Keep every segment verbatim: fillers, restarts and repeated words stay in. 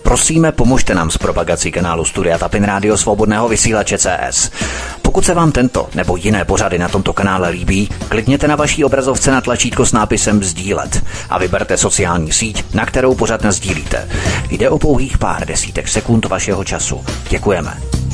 Prosíme, pomožte nám s propagací kanálu Studia Tapin Rádio Svobodného vysílače C S. Pokud se vám tento nebo jiné pořady na tomto kanále líbí, klikněte na vaší obrazovce na tlačítko s nápisem sdílet a vyberte sociální síť, na kterou pořad nasdílíte. Jde o pouhých pár desítek sekund vašeho času. Děkujeme.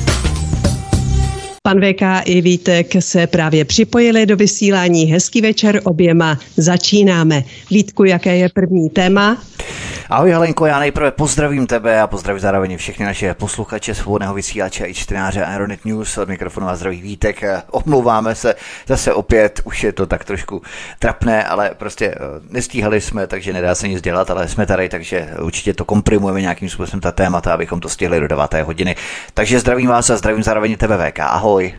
Pan V K i Vítek se právě připojili do vysílání. Hezký večer oběma. Začínáme. Vítku, jaké je první téma? Ahoj Helenko, já nejprve pozdravím tebe a pozdravím zároveň všechny naše posluchače Svobodného vysílače i čtenáře Aeronet News. Od mikrofonu a zdraví Vítek. Omlouváme se zase opět, už je to tak trošku trapné, ale prostě nestíhali jsme, takže nedá se nic dělat, ale jsme tady, takže určitě to komprimujeme nějakým způsobem ta témata, abychom to stihli do deváté hodiny. Takže zdravím vás a zdravím zároveň tebe V K. Ahoj.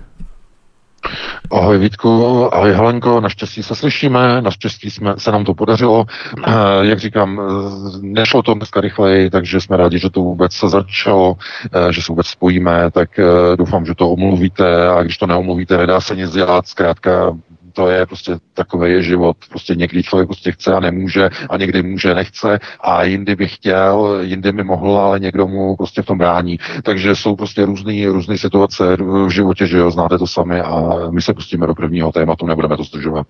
Ahoj Vítku, ahoj Helenko, naštěstí se slyšíme, naštěstí jsme, se nám to podařilo. E, jak říkám, nešlo to dneska rychleji, takže jsme rádi, že to vůbec se začalo, e, že se vůbec spojíme, tak e, doufám, že to omluvíte a když to neomluvíte, nedá se nic dělat, zkrátka to je prostě takový je život. Prostě někdy člověk prostě chce a nemůže a někdy může, nechce a jindy by chtěl, jindy by mohl, ale někdo mu prostě v tom brání. Takže jsou prostě různý, různý situace v životě, že jo, znáte to sami a my se pustíme do prvního tématu, nebudeme to zdržovat.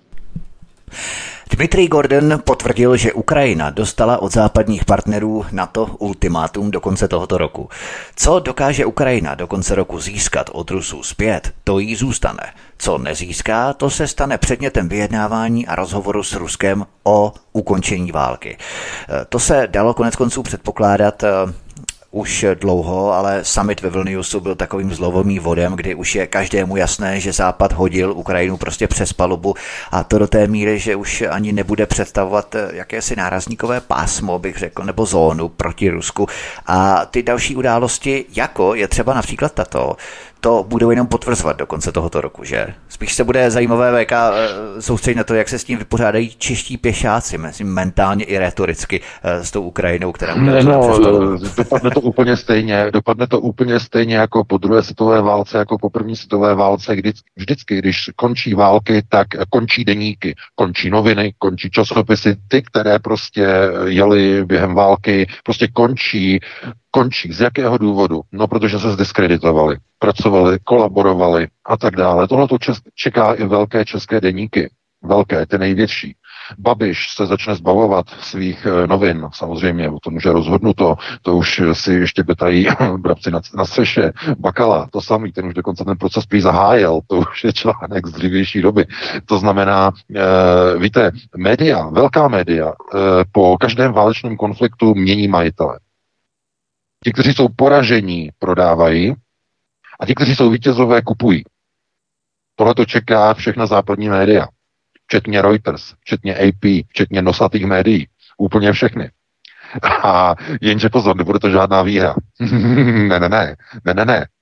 Dmitrij Gordon potvrdil, že Ukrajina dostala od západních partnerů NATO ultimátum do konce tohoto roku. Co dokáže Ukrajina do konce roku získat od Rusů zpět, to jí zůstane. Co nezíská, to se stane předmětem vyjednávání a rozhovoru s Ruskem o ukončení války. To se dalo konec konců předpokládat už dlouho, ale summit ve Vilniusu byl takovým zlomým vodem, kdy už je každému jasné, že Západ hodil Ukrajinu prostě přes palubu a to do té míry, že už ani nebude představovat jakési nárazníkové pásmo, bych řekl, nebo zónu proti Rusku. A ty další události, jako je třeba například tato, to budou jenom potvrzovat do konce tohoto roku, že? Spíš se bude zajímavé V K soustředit na to, jak se s tím vypořádají čeští pěšáci, myslím mentálně i retoricky s tou Ukrajinou, která bude no, dopadne to úplně stejně, dopadne to úplně stejně jako po druhé světové válce, jako po první světové válce, kdy, vždycky, když končí války, tak končí deníky, končí noviny, končí časopisy, ty, které prostě jeli během války, prostě končí, končí. Z jakého důvodu? No, protože se zdiskreditovali, pracovali, kolaborovali a tak dále. Tohle to čeká i velké české deníky. Velké, ty největší. Babiš se začne zbavovat svých novin, samozřejmě, to už je rozhodnuto, to už si ještě betají brabci na, na střeše. Bakala, to samý, ten už dokonce ten proces prý zahájil, to už je článek z dřívější doby. To znamená, e, víte, média, velká média, e, po každém válečném konfliktu mění majitele. Ti, kteří jsou poražení, prodávají a ti, kteří jsou vítězové, kupují. Tohle to čeká všechna západní média. Včetně Reuters, včetně A P, včetně nosatých médií. Úplně všechny. A jenže pozor, nebude to žádná výhra. ne, ne, ne, ne, ne, ne.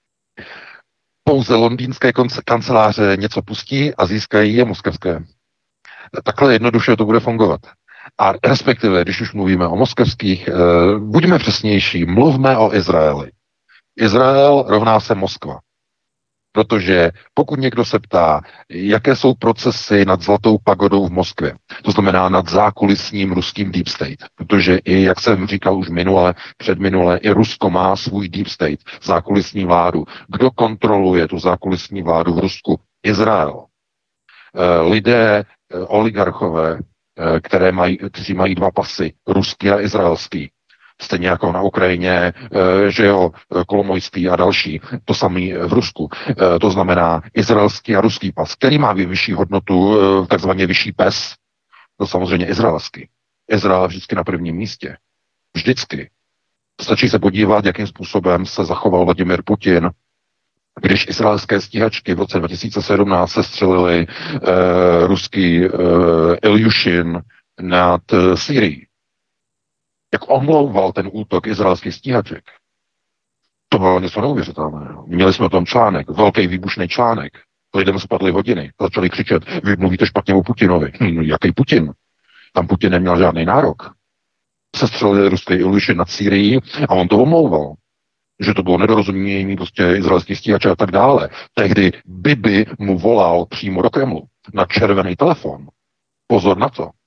Pouze londýnské kanceláře něco pustí a získají je moskevské. Takhle jednoduše to bude fungovat. A respektive, když už mluvíme o moskevských, eh, buďme přesnější, mluvme o Izraeli. Izrael rovná se Moskva. Protože pokud někdo se ptá, jaké jsou procesy nad Zlatou pagodou v Moskvě, to znamená nad zákulisním ruským deep state, protože i, jak jsem říkal už minule, předminule, i Rusko má svůj deep state, zákulisní vládu. Kdo kontroluje tu zákulisní vládu v Rusku? Izrael. Lidé, oligarchové, které mají, kteří mají dva pasy, ruský a izraelský. Stejně jako na Ukrajině, že jo, Kolomojský a další, to samý v Rusku. To znamená izraelský a ruský pas, který má vyšší hodnotu, takzvaně vyšší pes, to samozřejmě izraelský. Izrael vždycky na prvním místě. Vždycky. Stačí se podívat, jakým způsobem se zachoval Vladimir Putin, když izraelské stíhačky v roce dva tisíce sedmnáct sestřelili uh, ruský uh, Ilyushin nad uh, Syrií. Jak omlouval ten útok izraelských stíhaček. To bylo něco neuvěřitelného. Měli jsme o tom článek, velký výbušný článek. Lidem spadly hodiny, začali křičet, vy mluvíte špatně o Putinovi. Hm, jaký Putin? Tam Putin neměl žádný nárok. Sestřelili ruský Ilyushin nad Syrií a on to omlouval. Že to bylo nedorozumění prostě izraelských stíhačů a tak dále. Tehdy Bibi mu volal přímo do Kremlu na červený telefon. Pozor na to.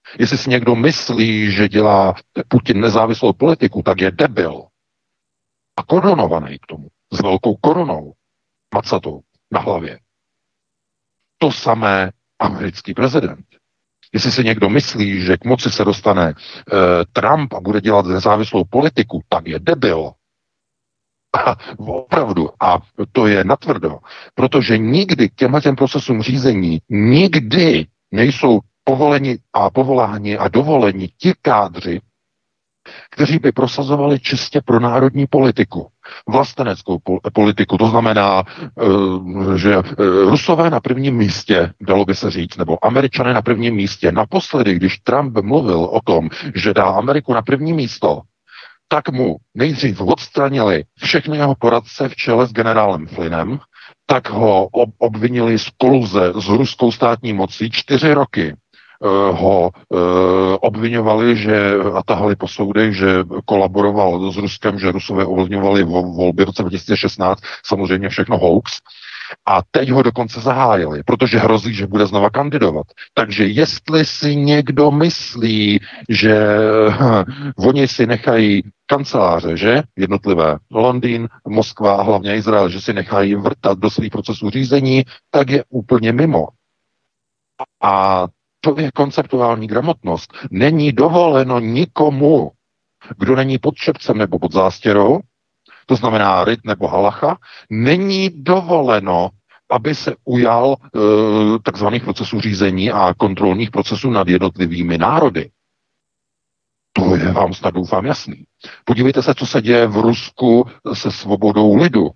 Jestli si někdo myslí, že dělá Putin nezávislou politiku, tak je debil. A korunovaný k tomu. S velkou korunou. Macatou na hlavě. To samé americký prezident. Jestli si někdo myslí, že k moci se dostane e, Trump a bude dělat nezávislou politiku, tak je debil. A opravdu. A to je natvrdo. Protože nikdy k těmhle těm procesům řízení nikdy nejsou povoleni a povoláni a dovoleni ti kádři, kteří by prosazovali čistě pro národní politiku, vlasteneckou politiku. To znamená, že Rusové na prvním místě, dalo by se říct, nebo Američané na prvním místě. Naposledy, když Trump mluvil o tom, že dá Ameriku na první místo, tak mu nejdřív odstranili všechny jeho poradce v čele s generálem Flynnem, tak ho obvinili z koluze s ruskou státní mocí čtyři roky. ho e, obviňovali, že a tahali po soudech, že kolaboroval s Ruskem, že Rusové ovlivňovali volby v roce dva tisíce šestnáct, samozřejmě všechno hoax. A teď ho dokonce zahájili, protože hrozí, že bude znova kandidovat. Takže jestli si někdo myslí, že oni si nechají kanceláře, že? Jednotlivé. Londýn, Moskva a hlavně Izrael, že si nechají vrtat do svých procesů řízení, tak je úplně mimo. A to je konceptuální gramotnost. Není dovoleno nikomu, kdo není pod šepcem nebo pod zástěrou, to znamená ryt nebo halacha, není dovoleno, aby se ujal e, takzvaných procesů řízení a kontrolních procesů nad jednotlivými národy. To je vám snad doufám jasný. Podívejte se, co se děje v Rusku se svobodou lidu.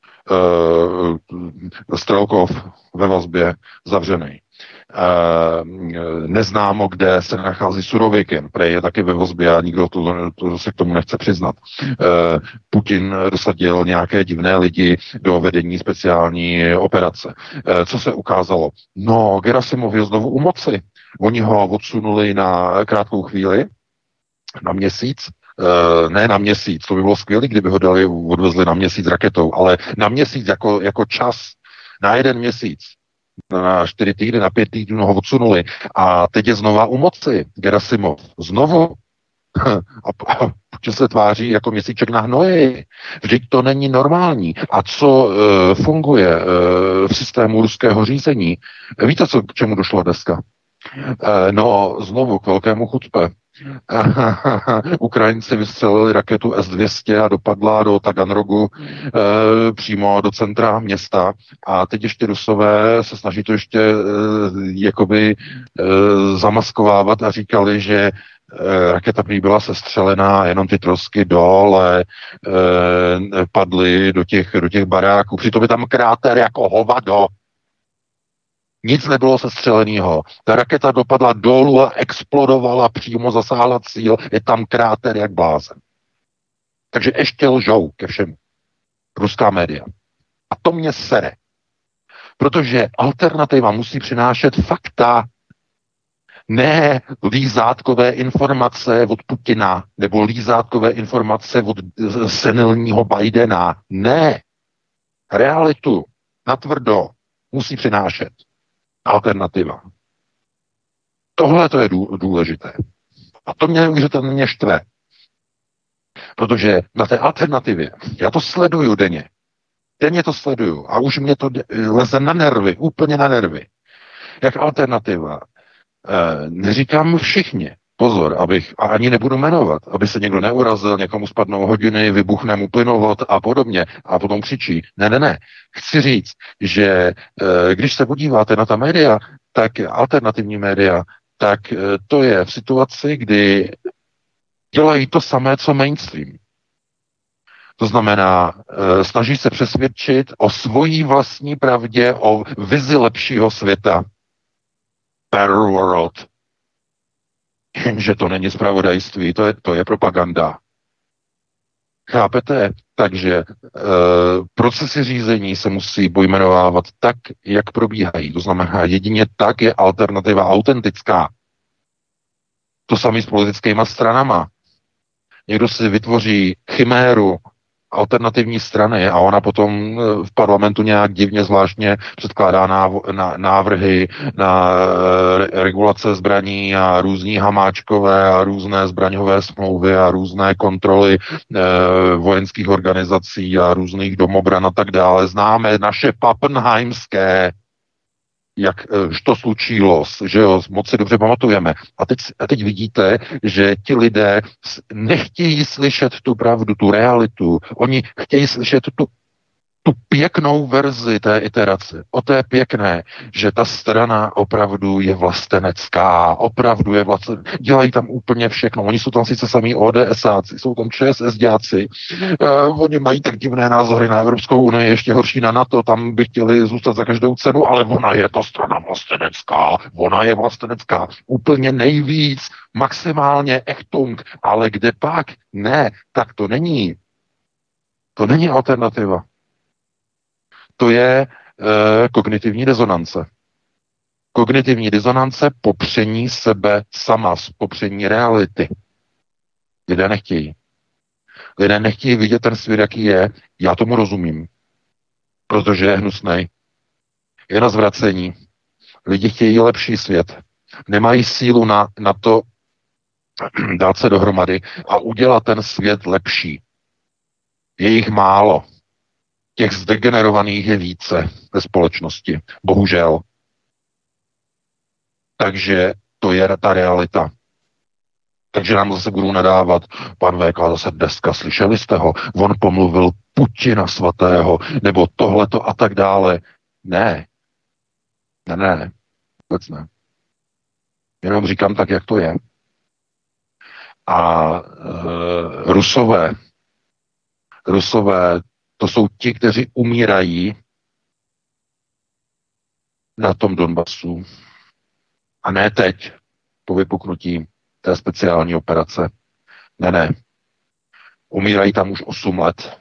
E, Strelkov ve vazbě zavřený. E, neznámo, kde se nachází Surovikin, prej je taky ve vazbě a nikdo to, to se k tomu nechce přiznat. E, Putin dosadil nějaké divné lidi do vedení speciální operace. E, co se ukázalo? No, Gerasimov je znovu u moci. Oni ho odsunuli na krátkou chvíli, na měsíc, e, ne na měsíc, to by bylo skvělé, kdyby ho dali, odvezli na měsíc raketou, ale na měsíc jako, jako čas, na jeden měsíc, na čtyři týdny, na pět týdnů ho odsunuli a teď je znova u moci Gerasimov. Znovu. A, a Putin se tváří jako měsíček na hnoji. Vždyť to není normální. A co e, funguje e, v systému ruského řízení? Víte, co k čemu došlo dneska? E, no, znovu k velkému chucpe. Ukrajinci vystřelili raketu S dvě stě a dopadla do Taganrogu e, přímo do centra města a teď ještě Rusové se snaží to ještě e, jakoby e, zamaskovávat a říkali, že e, raketa prý byla sestřelená, jenom ty trosky dole e, padly do těch, do těch baráků. Přitom je tam kráter jako hovado. Nic nebylo sestřelenýho. Ta raketa dopadla dolů a explodovala, přímo zasáhla cíl, je tam kráter jak blázen. Takže ještě lžou ke všemu. Ruská média. A to mě sere. Protože alternativa musí přinášet fakta, ne lízátkové informace od Putina, nebo lízátkové informace od senilního Bidena. Ne. Realitu natvrdo musí přinášet alternativa. Tohle to je důležité. A to mě neuvěřitelně štve. Protože na té alternativě, já to sleduju denně. Denně to sleduju a už mě to leze na nervy, úplně na nervy. Jak alternativa. E, neříkám všichni. Pozor, abych, a ani nebudu jmenovat, aby se někdo neurazil, někomu spadnou hodiny, vybuchne mu plynovod a podobně a potom křičí. Ne, ne, ne. Chci říct, že e, když se podíváte na ta média, tak alternativní média, tak e, to je v situaci, kdy dělají to samé, co mainstream. To znamená, e, snaží se přesvědčit o svojí vlastní pravdě, o vizi lepšího světa. Better world. Jenže to není zpravodajství, to je, to je propaganda. Chápete? Takže e, procesy řízení se musí pojmenovávat tak, jak probíhají. To znamená, jedině tak je alternativa autentická. To samé s politickýma stranama. Někdo si vytvoří chiméru alternativní strany a ona potom v parlamentu nějak divně zvláštně předkládá náv- na, návrhy na e, regulace zbraní a různí hamáčkové a různé zbraňové smlouvy a různé kontroly e, vojenských organizací a různých domobran a tak dále. Známe naše pappenheimské, jak to slučilo, že jo, moc si dobře pamatujeme. A teď, a teď vidíte, že ti lidé nechtějí slyšet tu pravdu, tu realitu. Oni chtějí slyšet tu, tu pěknou verzi té iterace. O té pěkné, že ta strana opravdu je vlastenecká, opravdu je vlastenecká. Dělají tam úplně všechno. Oni jsou tam sice samý ODSáci, jsou tam ČSSďáci, uh, oni mají tak divné názory na Evropskou unii, ještě horší na NATO, tam by chtěli zůstat za každou cenu, ale ona je ta strana vlastenecká, ona je vlastenecká. Úplně nejvíc, maximálně Achtung, ale kde pak? Ne, tak to není. To není alternativa. To je e, kognitivní rezonance. Kognitivní rezonance, popření sebe sama, popření reality. Lidé nechtějí. Lidé nechtějí vidět ten svět, jaký je. Já tomu rozumím. Protože je hnusnej. Je na zvracení. Lidi chtějí lepší svět. Nemají sílu na, na to dát se dohromady a udělat ten svět lepší. Je jich málo. Těch zdegenerovaných je více ve společnosti. Bohužel. Takže to je ta realita. Takže nám zase budou nadávat, pan V K zase dneska, slyšeli jste ho, on pomluvil Putina svatého, nebo tohleto a tak dále. Ne. Ne, ne. Vůbec ne. Jenom říkám tak, jak to je. A e, Rusové, Rusové, to jsou ti, kteří umírají na tom Donbasu. A ne teď, po vypuknutí té speciální operace. Ne, ne. Umírají tam už osm let.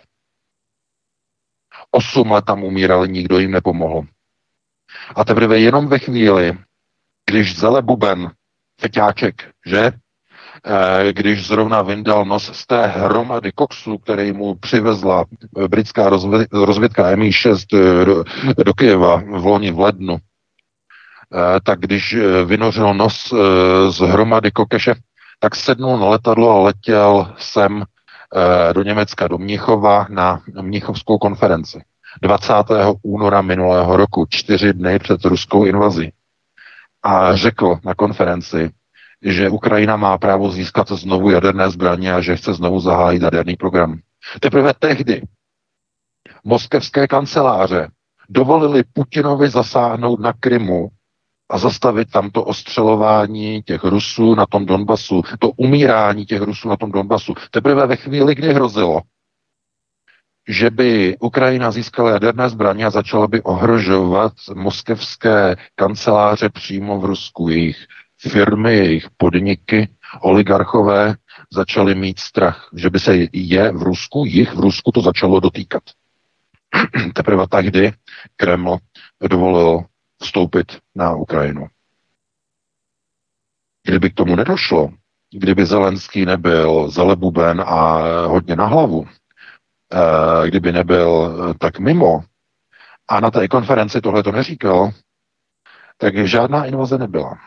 Osm let tam umírali, nikdo jim nepomohl. A teprve jenom ve chvíli, když zele buben, feťáček, že? Když zrovna vyndal nos z té hromady koksu, který mu přivezla britská rozvědka M I šest do, do Kyjeva v loni v lednu, tak když vynořil nos z hromady kokeše, tak sednul na letadlo a letěl sem do Německa, do Mnichova na Mnichovskou konferenci. dvacátého února minulého roku, čtyři dny před ruskou invazí. A řekl na konferenci, že Ukrajina má právo získat znovu jaderné zbraně a že chce znovu zahájit jaderný program. Teprve tehdy moskevské kanceláře dovolili Putinovi zasáhnout na Krymu a zastavit tam to ostřelování těch Rusů na tom Donbasu, to umírání těch Rusů na tom Donbasu. Teprve ve chvíli, kdy hrozilo, že by Ukrajina získala jaderné zbraně a začala by ohrožovat moskevské kanceláře přímo v Rusku, jejich firmy, jejich podniky, oligarchové začali mít strach, že by se je v Rusku, jich v Rusku to začalo dotýkat. Teprve tehdy Kreml dovolil vstoupit na Ukrajinu. Kdyby k tomu nedošlo, kdyby Zelenský nebyl zelebuben a hodně na hlavu, kdyby nebyl tak mimo a na té konferenci tohle to neříkal, tak žádná invaze nebyla.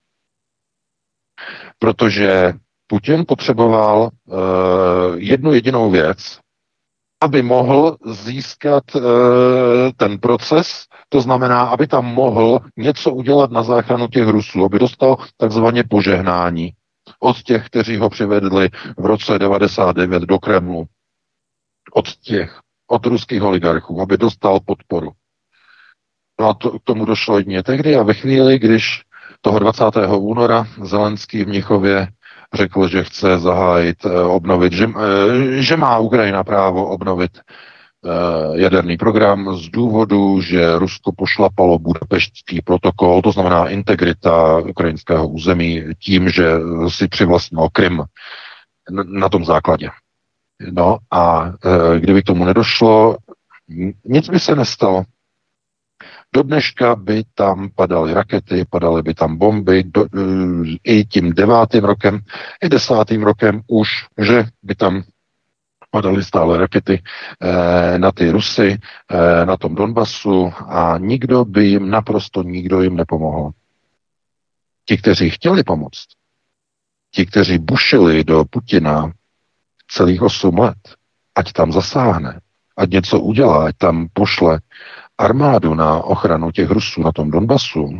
Protože Putin potřeboval uh, jednu jedinou věc, aby mohl získat uh, ten proces, to znamená, aby tam mohl něco udělat na záchranu těch Rusů, aby dostal takzvaně požehnání od těch, kteří ho přivedli v roce devadesát devět do Kremlu, od těch, od ruských oligarchů, aby dostal podporu. No a to, k tomu došlo jedině tehdy a ve chvíli, když toho dvacátého února Zelenský v Mnichově řekl, že chce zahájit, obnovit, že, že má Ukrajina právo obnovit jaderný program z důvodu, že Rusko pošlapalo Budapeštský protokol, to znamená integrita ukrajinského území tím, že si přivlastnilo Krym na tom základě. No a kdyby k tomu nedošlo, nic by se nestalo. Do dneška by tam padaly rakety, padaly by tam bomby, do, i tím devátým rokem, i desátým rokem už, že by tam padaly stále rakety eh, na ty Rusy, eh, na tom Donbasu a nikdo by jim, naprosto nikdo jim nepomohl. Ti, kteří chtěli pomoct, ti, kteří bušili do Putina celých osm let, ať tam zasáhne, ať něco udělá, ať tam pošle armádu na ochranu těch Rusů na tom Donbasu,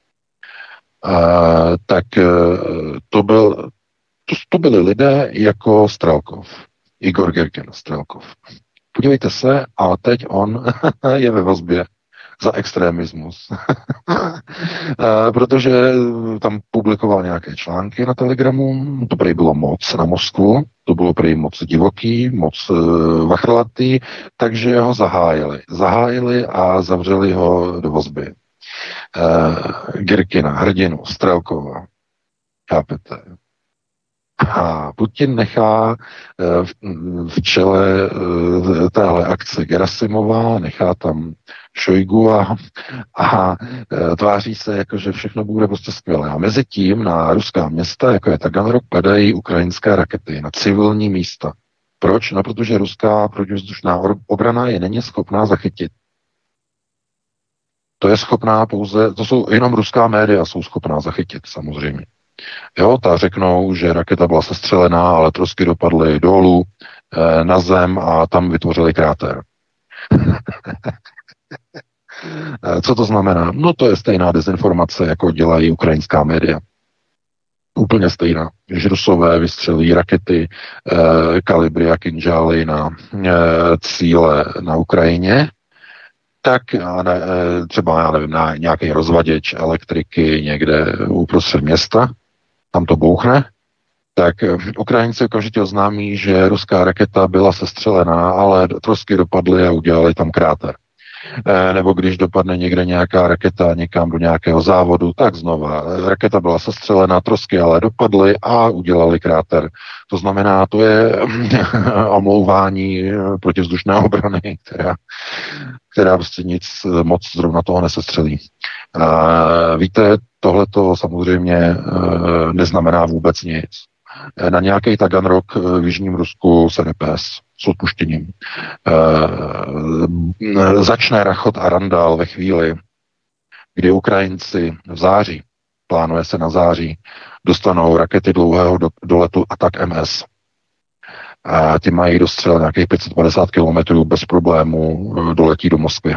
Uh, tak uh, to, byl, to, to byli lidé jako Strelkov, Igor Girkin Strelkov. Podívejte se, a teď on je ve vazbě za extremismus. uh, protože tam publikoval nějaké články na Telegramu, to prý bylo moc na Moskvu, to bylo prý moc divoký, moc uh, vachrlatý, takže ho zahájili. Zahájili a zavřeli ho do vazby. Uh, Girkina, hrdinu, Strelkova. Chápete? A Putin nechá uh, v, v čele uh, téhle akce Gerasimova, nechá tam Šojgu a, a uh, tváří se, jako, že všechno bude prostě skvělé. A mezi tím na ruská města, jako je Taganrog, padají ukrajinské rakety na civilní místa. Proč? No, protože ruská protivzdušná obrana je není schopná zachytit. To je schopná pouze, to jsou jenom ruská média, jsou schopná zachytit samozřejmě. Jo, ta řeknou, že raketa byla sestřelená, ale trosky dopadly dolů e, na zem a tam vytvořili kráter. Co to znamená? No to je stejná dezinformace, jako dělají ukrajinská média. Úplně stejná. Že Rusové vystřelí rakety, e, kalibry a kinžály na e, cíle na Ukrajině, tak ne, třeba, já nevím, na nějaký rozvaděč elektriky někde uprostřed města, tam to bouchne, tak Ukrajinci okamžitě oznámí, že ruská raketa byla sestřelená, ale trosky dopadly a udělali tam kráter. E, nebo když dopadne někde nějaká raketa někam do nějakého závodu, tak znova. Raketa byla sestřelená, trosky ale dopadly a udělali kráter. To znamená, to je omlouvání protivzdušné obrany, která, která prostě nic moc zrovna toho nesestřelí. E, víte, tohleto samozřejmě neznamená vůbec nic. Na nějaký Taganrog v jižním Rusku se nepés s odpuštěním. E, začne rachot a randál ve chvíli, kdy Ukrajinci v září, plánuje se na září, dostanou rakety dlouhého do, doletu Atak M S. A ty mají dostřel nějakých pět set padesát kilometrů bez problémů, doletí do Moskvy.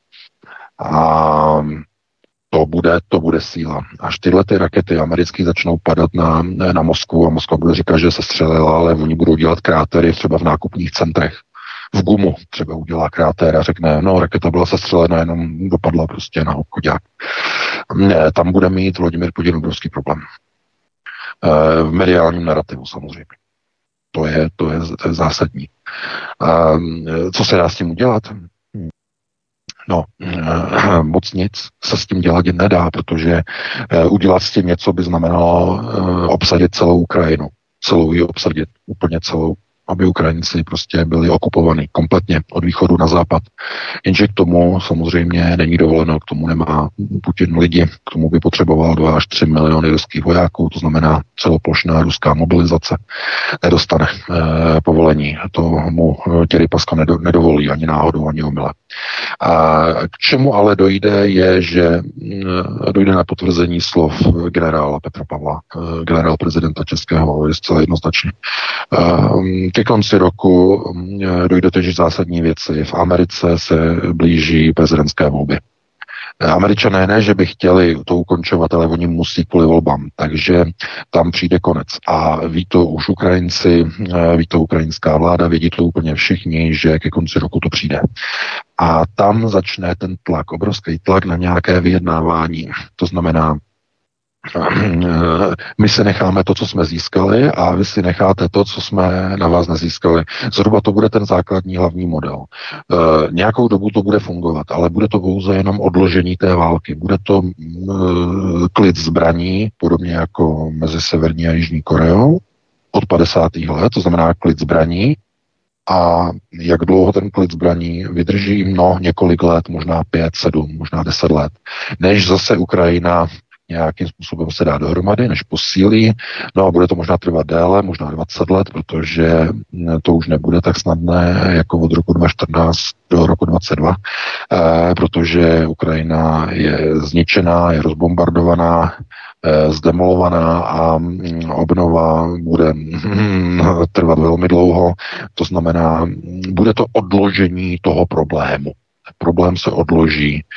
A To bude, to bude síla. Až tyhle ty rakety americké začnou padat na, na Moskvu a Moskva bude říkat, že se střelila, ale oni budou dělat krátery třeba v nákupních centrech. V Gumu třeba udělá kráter a řekne, no raketa byla sestřelena, jenom dopadla prostě na obchodák. Ne, tam bude mít Vladimír Putin obrovský problém. E, v mediálním narrativu samozřejmě. To je, to je, to je zásadní. E, co se dá s tím udělat? No, moc nic se s tím dělat nedá, protože udělat s tím něco by znamenalo obsadit celou Ukrajinu. Celou ji obsadit, úplně celou, aby Ukrajinci prostě byli okupovaní kompletně od východu na západ. Jenže k tomu samozřejmě není dovoleno, k tomu nemá Putin lidi, k tomu by potřeboval dva až tři miliony ruských vojáků, to znamená celoplošná ruská mobilizace. Nedostane eh, povolení, to mu Těrypaska nedo, nedovolí ani náhodou, ani omyle. A k čemu ale dojde, je, že dojde na potvrzení slov generála Petra Pavla, generál prezidenta českého, je zcela jednoznačně. Ke konci roku dojde teď zásadní věci. V Americe se blíží prezidentské volby. Američané ne, že by chtěli to ukončovat, ale oni musí kvůli volbám, takže tam přijde konec. A ví to už Ukrajinci, ví to ukrajinská vláda, vědí to úplně všichni, že ke konci roku to přijde. A tam začne ten tlak, obrovský tlak na nějaké vyjednávání. To znamená, my si necháme to, co jsme získali, a vy si necháte to, co jsme na vás nezískali. Zhruba to bude ten základní hlavní model. E, nějakou dobu to bude fungovat, ale bude to pouze jenom odložení té války. Bude to e, klid zbraní, podobně jako mezi Severní a Jižní Koreou od padesátých let, to znamená klid zbraní. A jak dlouho ten klid zbraní vydrží? No, několik let, možná pět, sedm, možná deset let. Než zase Ukrajina nějakým způsobem se dá dohromady, než posílí. No a bude to možná trvat déle, možná dvacet let, protože to už nebude tak snadné jako od roku dva tisíce čtrnáct do roku dvacet dva, eh, protože Ukrajina je zničená, je rozbombardovaná, eh, zdemolovaná a mm, obnova bude mm, trvat velmi dlouho. To znamená, bude to odložení toho problému. Problém se odloží. E,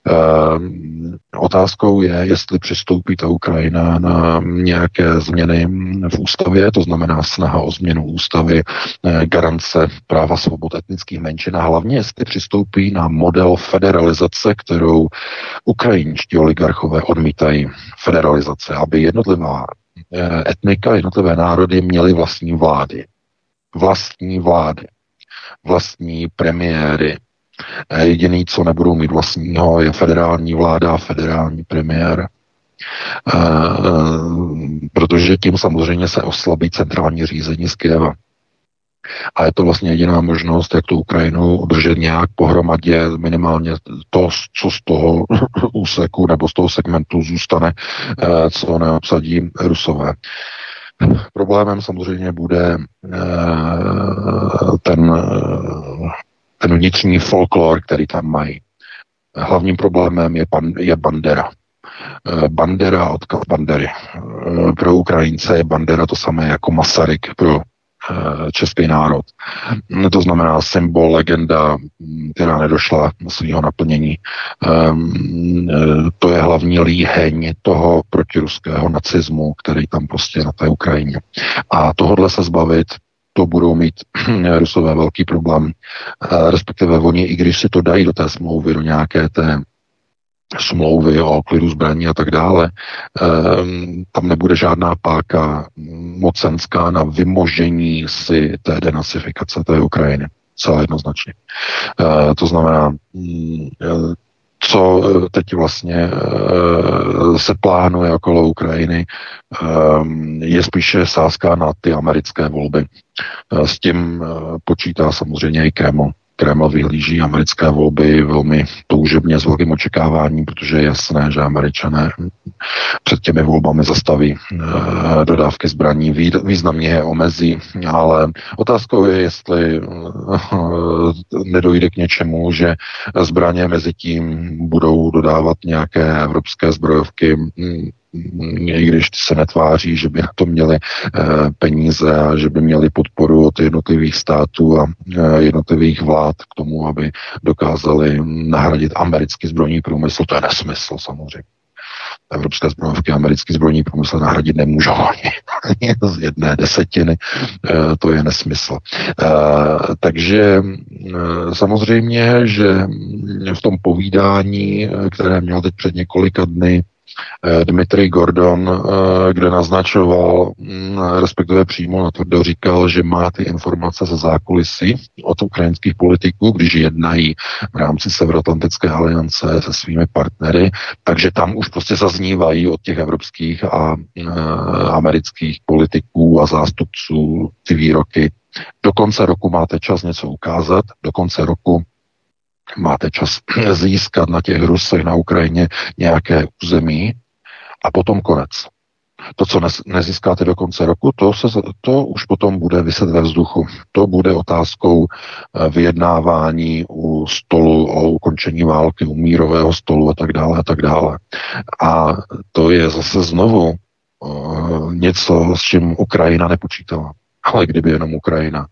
otázkou je, jestli přistoupí ta Ukrajina na nějaké změny v ústavě, to znamená snaha o změnu ústavy, e, garance práva svobod etnických menšin a hlavně jestli přistoupí na model federalizace, kterou ukrajinští oligarchové odmítají. Federalizace, aby jednotlivá e, etnika, jednotlivé národy měly vlastní vlády. Vlastní vlády. Vlastní premiéry. Jediný, co nebudou mít vlastního, je federální vláda a federální premiér. E, e, protože tím samozřejmě se oslabí centrální řízení z Kyjeva. A je to vlastně jediná možnost, jak tu Ukrajinu udržet nějak pohromadě, minimálně to, co z toho úseku nebo z toho segmentu zůstane, e, co neobsadí Rusové. Problémem samozřejmě bude e, ten ten vnitřní folklor, který tam mají. Hlavním problémem je, pan, je Bandera. Bandera, odkaz Bandery. Pro Ukrajince je Bandera to samé jako Masaryk pro český národ. To znamená symbol, legenda, která nedošla do svého naplnění. To je hlavní líheň toho protiruského nacismu, který tam prostě na té Ukrajině. A tohodle se zbavit, to budou mít Rusové velký problém. Respektive oni, i když si to dají do té smlouvy, do nějaké té smlouvy o klidu zbraní a tak dále, tam nebude žádná páka mocenská na vymožení si té denacifikace té Ukrajiny. Celé jednoznačně. To znamená, co teď vlastně se plánuje okolo Ukrajiny, je spíše sázka na ty americké volby. S tím počítá samozřejmě i Kreml. Kreml vyhlíží americké volby velmi toužebně s velkým očekáváním, protože je jasné, že Američané před těmi volbami zastaví dodávky zbraní, významně je omezí, ale otázkou je, jestli nedojde k něčemu, že zbraně mezi tím budou dodávat nějaké evropské zbrojovky, i když se netváří, že by na to měli peníze a že by měli podporu od jednotlivých států a jednotlivých vlád k tomu, aby dokázali nahradit americký zbrojní průmysl. To je nesmysl samozřejmě. Evropské zbrojovky americký zbrojní průmysl nahradit nemůžou ani z jedné desetiny. To je nesmysl. Takže samozřejmě, že v tom povídání, které měl teď před několika dny Dmitrij Gordon, kde naznačoval, respektive přímo natvrdo říkal, že má ty informace ze zákulisí od ukrajinských politiků, když jednají v rámci Severoatlantické aliance se svými partnery, takže tam už prostě zaznívají od těch evropských a amerických politiků a zástupců ty výroky. Do konce roku máte čas něco ukázat, do konce roku máte čas získat na těch Rusech na Ukrajině nějaké území a potom konec. To, co nezískáte do konce roku, to, se, to už potom bude viset ve vzduchu. To bude otázkou vyjednávání u stolu o ukončení války, u mírového stolu a tak dále a tak dále. A to je zase znovu uh, něco, s čím Ukrajina nepočítala. Ale kdyby jenom Ukrajina.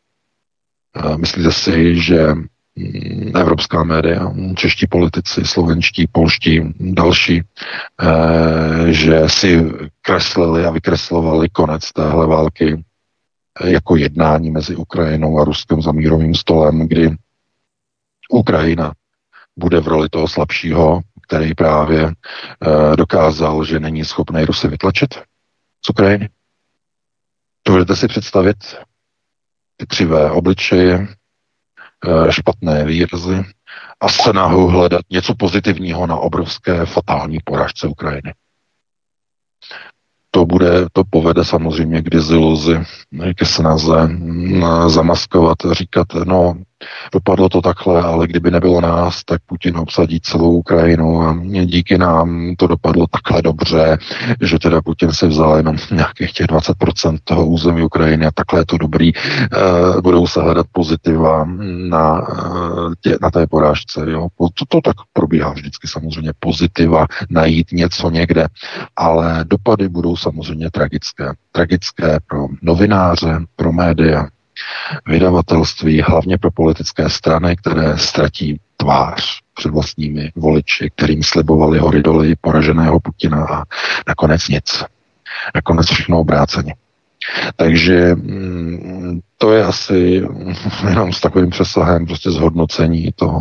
Uh, myslíte si, že evropská média, čeští politici, slovenští, polští, další, eh, že si kreslili a vykreslovali konec téhle války jako jednání mezi Ukrajinou a Ruskem za mírovým stolem, kdy Ukrajina bude v roli toho slabšího, který právě eh, dokázal, že není schopný Rusy vytlačit z Ukrajiny. Dovedete si představit ty křivé obličeje, špatné výrazy a snahu hledat něco pozitivního na obrovské fatální porážce Ukrajiny. To bude, to povede samozřejmě k deziluzi, ke snaze zamaskovat, říkat, no, dopadlo to takhle, ale kdyby nebylo nás, tak Putin obsadí celou Ukrajinu a díky nám to dopadlo takhle dobře, že teda Putin si vzal jenom nějakých těch dvacet procent toho území Ukrajiny a takhle je to dobrý. Uh, budou se hledat pozitiva na, tě, na té porážce. Jo. To, to tak probíhá vždycky samozřejmě, pozitiva, najít něco někde, ale dopady budou samozřejmě tragické. Tragické pro novináře, pro média, vydavatelství, hlavně pro politické strany, které ztratí tvář před vlastními voliči, kterým slibovali hory doly poraženého Putina a nakonec nic. Nakonec všechno obráceně. Takže mm, to je asi jenom s takovým přesahem prostě zhodnocení toho,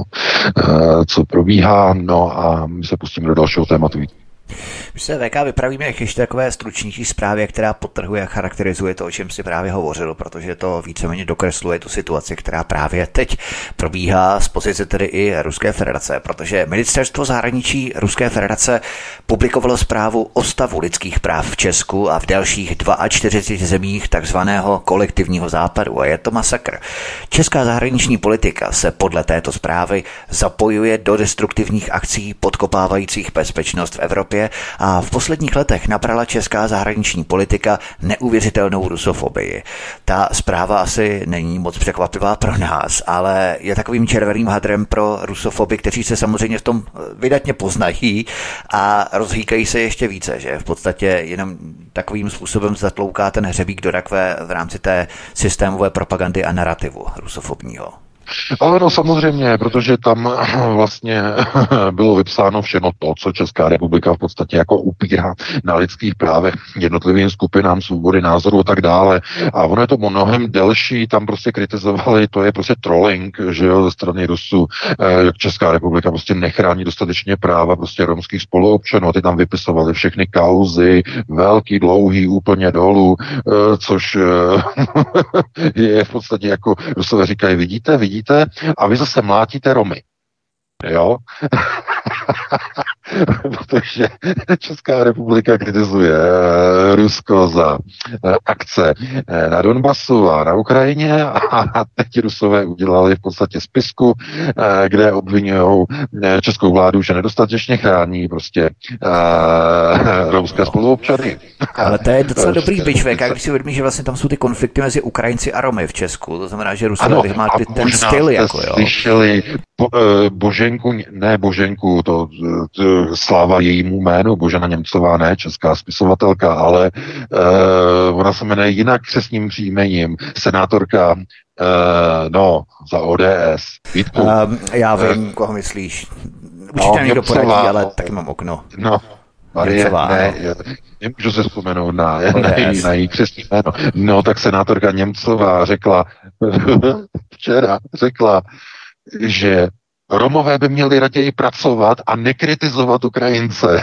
co probíhá. No a my se pustíme do dalšího tématu. My se V K vypravíme ještě takové stručnější zprávě, která podtrhuje a charakterizuje to, o čem si právě hovořil, protože to víceméně dokresluje tu situaci, která právě teď probíhá z pozice tedy i Ruské federace, protože ministerstvo zahraničí Ruské federace publikovalo zprávu o stavu lidských práv v Česku a v dalších čtyřiceti dvou zemích takzvaného kolektivního západu a je to masakr. Česká zahraniční politika se podle této zprávy zapojuje do destruktivních akcí podkopávajících bezpečnost v Evropě a v posledních letech nabrala česká zahraniční politika neuvěřitelnou rusofobii. Ta zpráva asi není moc překvapivá pro nás, ale je takovým červeným hadrem pro rusofoby, kteří se samozřejmě v tom vydatně poznají a rozhýkají se ještě více, že v podstatě jenom takovým způsobem zatlouká ten hřebík do rakve v rámci té systémové propagandy a narrativu rusofobního. Ale no samozřejmě, protože tam vlastně bylo vypsáno všechno to, co Česká republika v podstatě jako upírá na lidských právech jednotlivým skupinám svobody názoru a tak dále. A ono je to mnohem delší, tam prostě kritizovali, to je prostě trolling, že jo, ze strany Rusů, jak Česká republika prostě nechrání dostatečně práva prostě romských spoluobčanů. A ty tam vypisovali všechny kauzy, velký, dlouhý, úplně dolů, což je v podstatě jako Rusové říkají, vidíte, vidíte, Vidíte, a vy zase mlátíte Romy. Jo? Protože Česká republika kritizuje Rusko za akce na Donbasu a na Ukrajině a teď Rusové udělali v podstatě spisku, kde obvinují českou vládu, že nedostatečně chrání prostě uh, romské spoluobčany. Ale to je docela dobrý bičvek, když si uvědomí, že vlastně tam jsou ty konflikty mezi Ukrajinci a Romy v Česku. To znamená, že Rusové má ten styl jako, jo. Slyšeli bo, Boženku, ne Boženku, to, to sláva jejímu jménu, Božena Němcová, ne česká spisovatelka, ale uh, ona se jmenuje jinak křestním příjmením, senátorka, uh, no, za O D S. Vítku. Um, já vím, uh, koho myslíš. Určitě no, někdo poradí, ale taky mám okno. No, Marie, Němcová, ne, no. Nemůžu se vzpomenout na, na, její, na její křestní jméno. No, tak senátorka Němcová řekla, včera řekla, že Romové by měli raději pracovat a nekritizovat Ukrajince.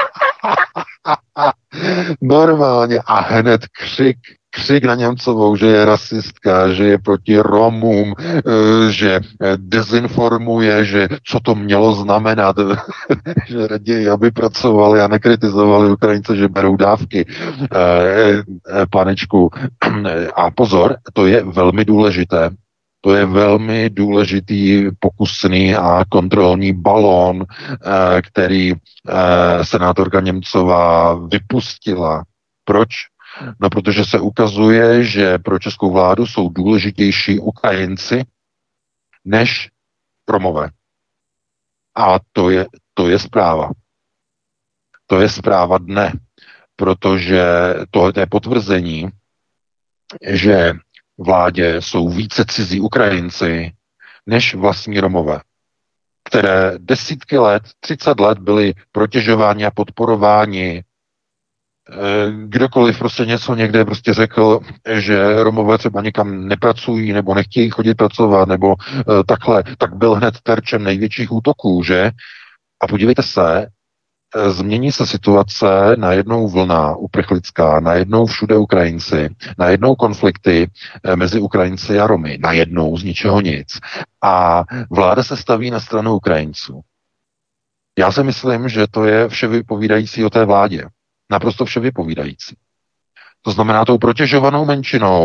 Normálně a hned křik, křik na Němcovou, že je rasistka, že je proti Romům, že dezinformuje, že co to mělo znamenat, že raději, aby pracovali a nekritizovali Ukrajince, že berou dávky. Panečku, a pozor, to je velmi důležité. To je velmi důležitý pokusný a kontrolní balón, který senátorka Němcová vypustila. Proč? No, protože se ukazuje, že pro českou vládu jsou důležitější Ukrajinci než Romové. A to je, to je zpráva. To je zpráva dne, protože tohle je potvrzení, že vládě jsou více cizí Ukrajinci než vlastní Romové, které desítky let, třicet let byly protěžováni a podporováni. Kdokoliv prostě něco někde prostě řekl, že Romové třeba někam nepracují nebo nechtějí chodit pracovat nebo takhle, tak byl hned terčem největších útoků, že? A podívejte se, změní se situace, najednou vlna uprchlická, najednou všude Ukrajinci, najednou konflikty mezi Ukrajinci a Romy, najednou z ničeho nic. A vláda se staví na stranu Ukrajinců. Já si myslím, že to je vše vypovídající o té vládě. Naprosto vše vypovídající. To znamená, tou protěžovanou menšinou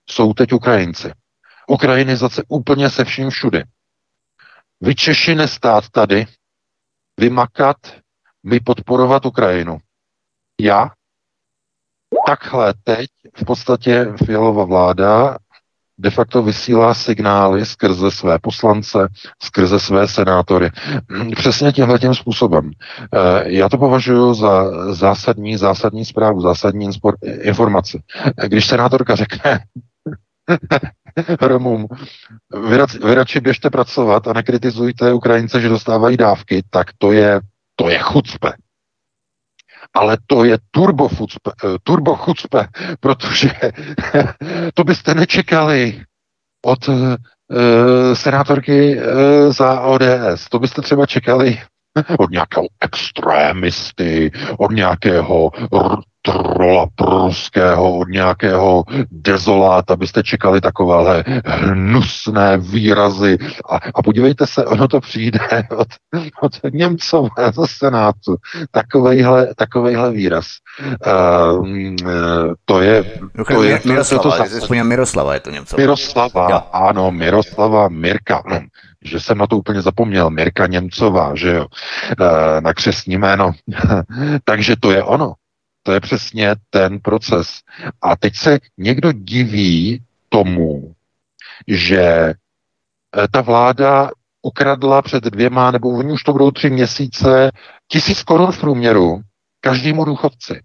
jsou teď Ukrajinci. Ukrajinizace úplně se vším všude. Vy Češi nestát tady, vymakat, vy podporovat Ukrajinu. Já? Takhle teď v podstatě Fialova vláda de facto vysílá signály skrze své poslance, skrze své senátory. Přesně tímhletím způsobem. Já to považuji za zásadní, zásadní zprávu, zásadní informaci. Když senátorka řekne Romům, vy, vy radši běžte pracovat a nekritizujte Ukrajince, že dostávají dávky, tak to je, to je chucpe. Ale to je turbo chucpe, turbo chucpe, protože to byste nečekali od uh, senátorky uh, za O D S. To byste třeba čekali od nějakého extrémisty, od nějakého trola pruského, od nějakého dezoláta, byste čekali takovéhle hnusné výrazy. A, a podívejte se, ono to přijde od, od Němcové ze Senátu. Takovejhle, takovejhle výraz. Uh, to je... To je Miroslava, to, to, to, Miroslava je to Němcové. Miroslava, jo. Ano, Miroslava, Mirka, no, že jsem na to úplně zapomněl, Mirka Němcová, že jo, uh, na křestní jméno. Takže to je ono. To je přesně ten proces. A teď se někdo diví tomu, že ta vláda ukradla před dvěma, nebo oni už to budou tři měsíce, tisíc korun v průměru každému důchodci.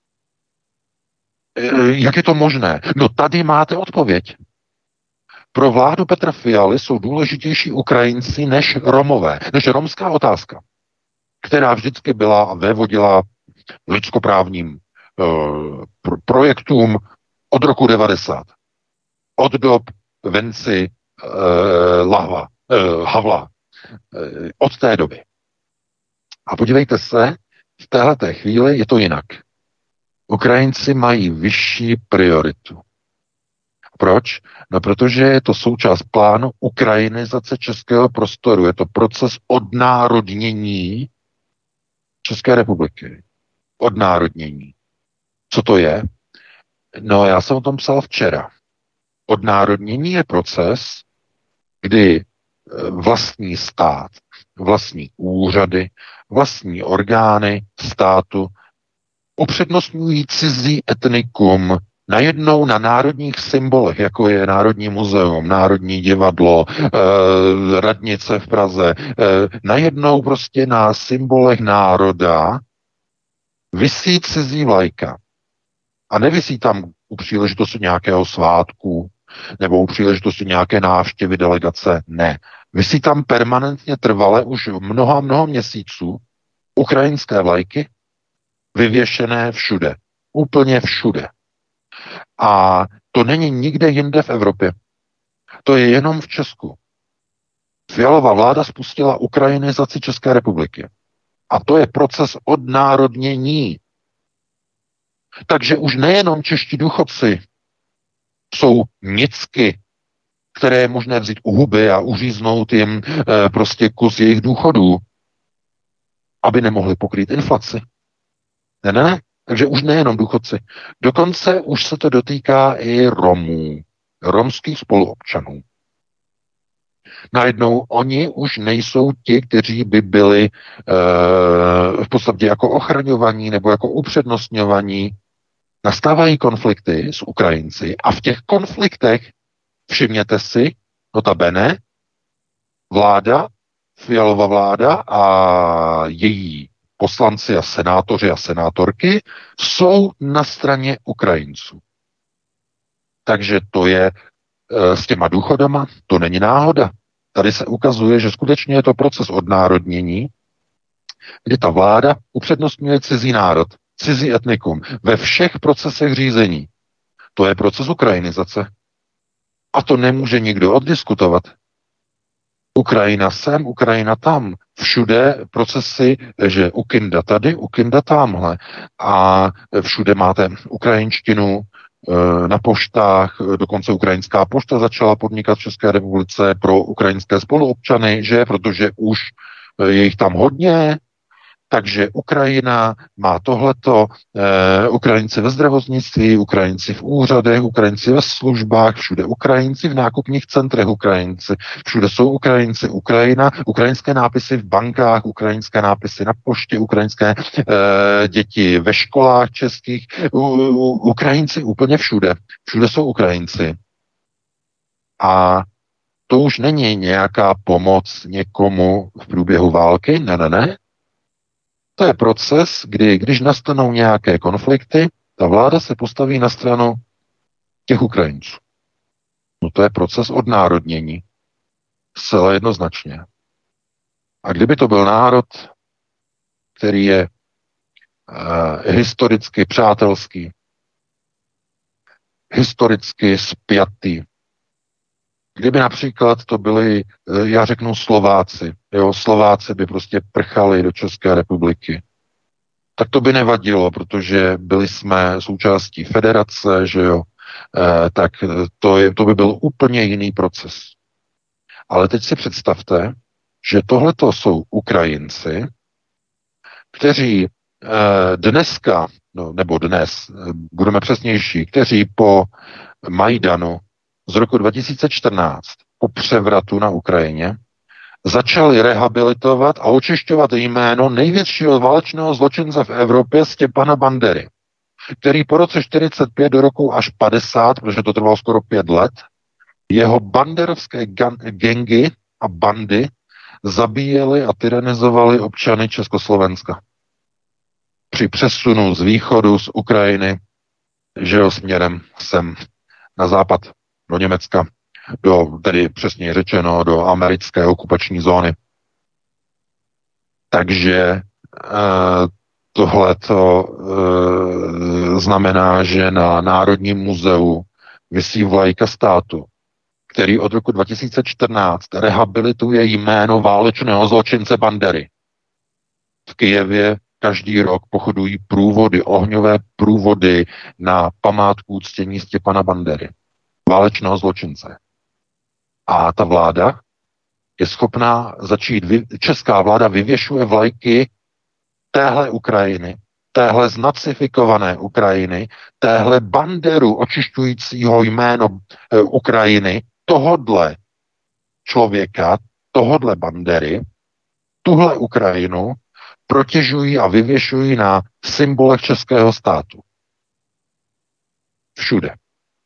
Jak je to možné? No tady máte odpověď. Pro vládu Petra Fialy jsou důležitější Ukrajinci než Romové, než romská otázka, která vždycky byla a vévodila lidskoprávním uh, pro- projektům od roku devadesát. Od dob Venci uh, Lahva, uh, Havla. Uh, od té doby. A podívejte se, v téhleté chvíli je to jinak. Ukrajinci mají vyšší prioritu. Proč? No, protože je to součást plánu ukrajinizace českého prostoru. Je to proces odnárodnění České republiky. Odnárodnění. Co to je? No, já jsem o tom psal včera. Odnárodnění je proces, kdy vlastní stát, vlastní úřady, vlastní orgány státu upřednostňují cizí etnikum najednou na národních symbolech, jako je Národní muzeum, Národní divadlo, eh, radnice v Praze, eh, najednou prostě na symbolech národa visí cizí vlajka. A nevisí tam u příležitosti nějakého svátku nebo u příležitosti nějaké návštěvy delegace. Ne. Visí tam permanentně trvale už mnoha, mnoho měsíců ukrajinské vlajky vyvěšené všude. Úplně všude. A to není nikde jinde v Evropě. To je jenom v Česku. Fialová vláda spustila ukrajinizaci České republiky. A to je proces odnárodnění. Takže už nejenom čeští důchodci jsou nicky, které je možné vzít u huby a uříznout jim e, prostě kus jejich důchodů, aby nemohli pokrýt inflaci. Ne, ne, ne. Takže už nejenom důchodci. Dokonce už se to dotýká i Romů, romských spoluobčanů. Najednou oni už nejsou ti, kteří by byli e, v podstatě jako ochraňovaní nebo jako upřednostňovaní. Nastávají konflikty s Ukrajinci a v těch konfliktech, všimněte si, notabene, vláda, Fialova vláda a její poslanci a senátoři a senátorky jsou na straně Ukrajinců. Takže to je e, s těma důchodama, to není náhoda. Tady se ukazuje, že skutečně je to proces odnárodnění, kdy ta vláda upřednostňuje cizí národ, cizí etnikum ve všech procesech řízení. To je proces ukrajinizace. A to nemůže nikdo oddiskutovat. Ukrajina sem, Ukrajina tam. Všude procesy, že ukinda tady, ukinda tamhle. A všude máte ukrajinštinu na poštách, dokonce ukrajinská pošta začala podnikat v České republice pro ukrajinské spoluobčany, že, protože už je jich tam hodně Takže Ukrajina má tohleto, eh, Ukrajinci ve zdravotnictví, Ukrajinci v úřadech, Ukrajinci ve službách, všude Ukrajinci v nákupních centrech, Ukrajinci, všude jsou Ukrajinci, Ukrajina, ukrajinské nápisy v bankách, ukrajinské nápisy na poště, ukrajinské eh, děti ve školách českých, u, u, Ukrajinci úplně všude, všude jsou Ukrajinci. A to už není nějaká pomoc někomu v průběhu války, ne, ne, ne. To je proces, kdy, když nastanou nějaké konflikty, ta vláda se postaví na stranu těch Ukrajinců. No to je proces odnárodnění. Zcela jednoznačně. A kdyby to byl národ, který je uh, historicky přátelský, historicky spjatý, kdyby například to byli, já řeknu Slováci, jo, Slováci by prostě prchali do České republiky, tak to by nevadilo, protože byli jsme součástí federace, že jo, eh, tak to, je, to by byl úplně jiný proces. Ale teď si představte, že tohleto jsou Ukrajinci, kteří eh, dneska, no, nebo dnes, budeme přesnější, kteří po Majdanu z roku dva tisíce čtrnáct po převratu na Ukrajině začali rehabilitovat a očišťovat jméno největšího válečného zločince v Evropě Stěpana Bandery, který po roce čtyřicet pět do roku až padesát, protože to trvalo skoro pět let, jeho banderovské gangy a bandy zabíjeli a tyranizovali občany Československa. Při přesunu z východu, z Ukrajiny, že jo, směrem sem na západ, do Německa, do, tedy přesně řečeno, do americké okupační zóny. Takže e, tohleto e, znamená, že na Národním muzeu visí vlajka státu, který od roku dva tisíce čtrnáct rehabilituje jméno válečného zločince Bandery. V Kyjevě každý rok pochodují průvody, ohňové průvody na památku uctění Stěpana Bandery, válečného zločince. A ta vláda je schopná začít, vy, česká vláda vyvěšuje vlajky téhle Ukrajiny, téhle znacifikované Ukrajiny, téhle Banderu očišťujícího jméno e, Ukrajiny, tohodle člověka, tohodle Bandery, tuhle Ukrajinu protěžují a vyvěšují na symbolech českého státu. Všude.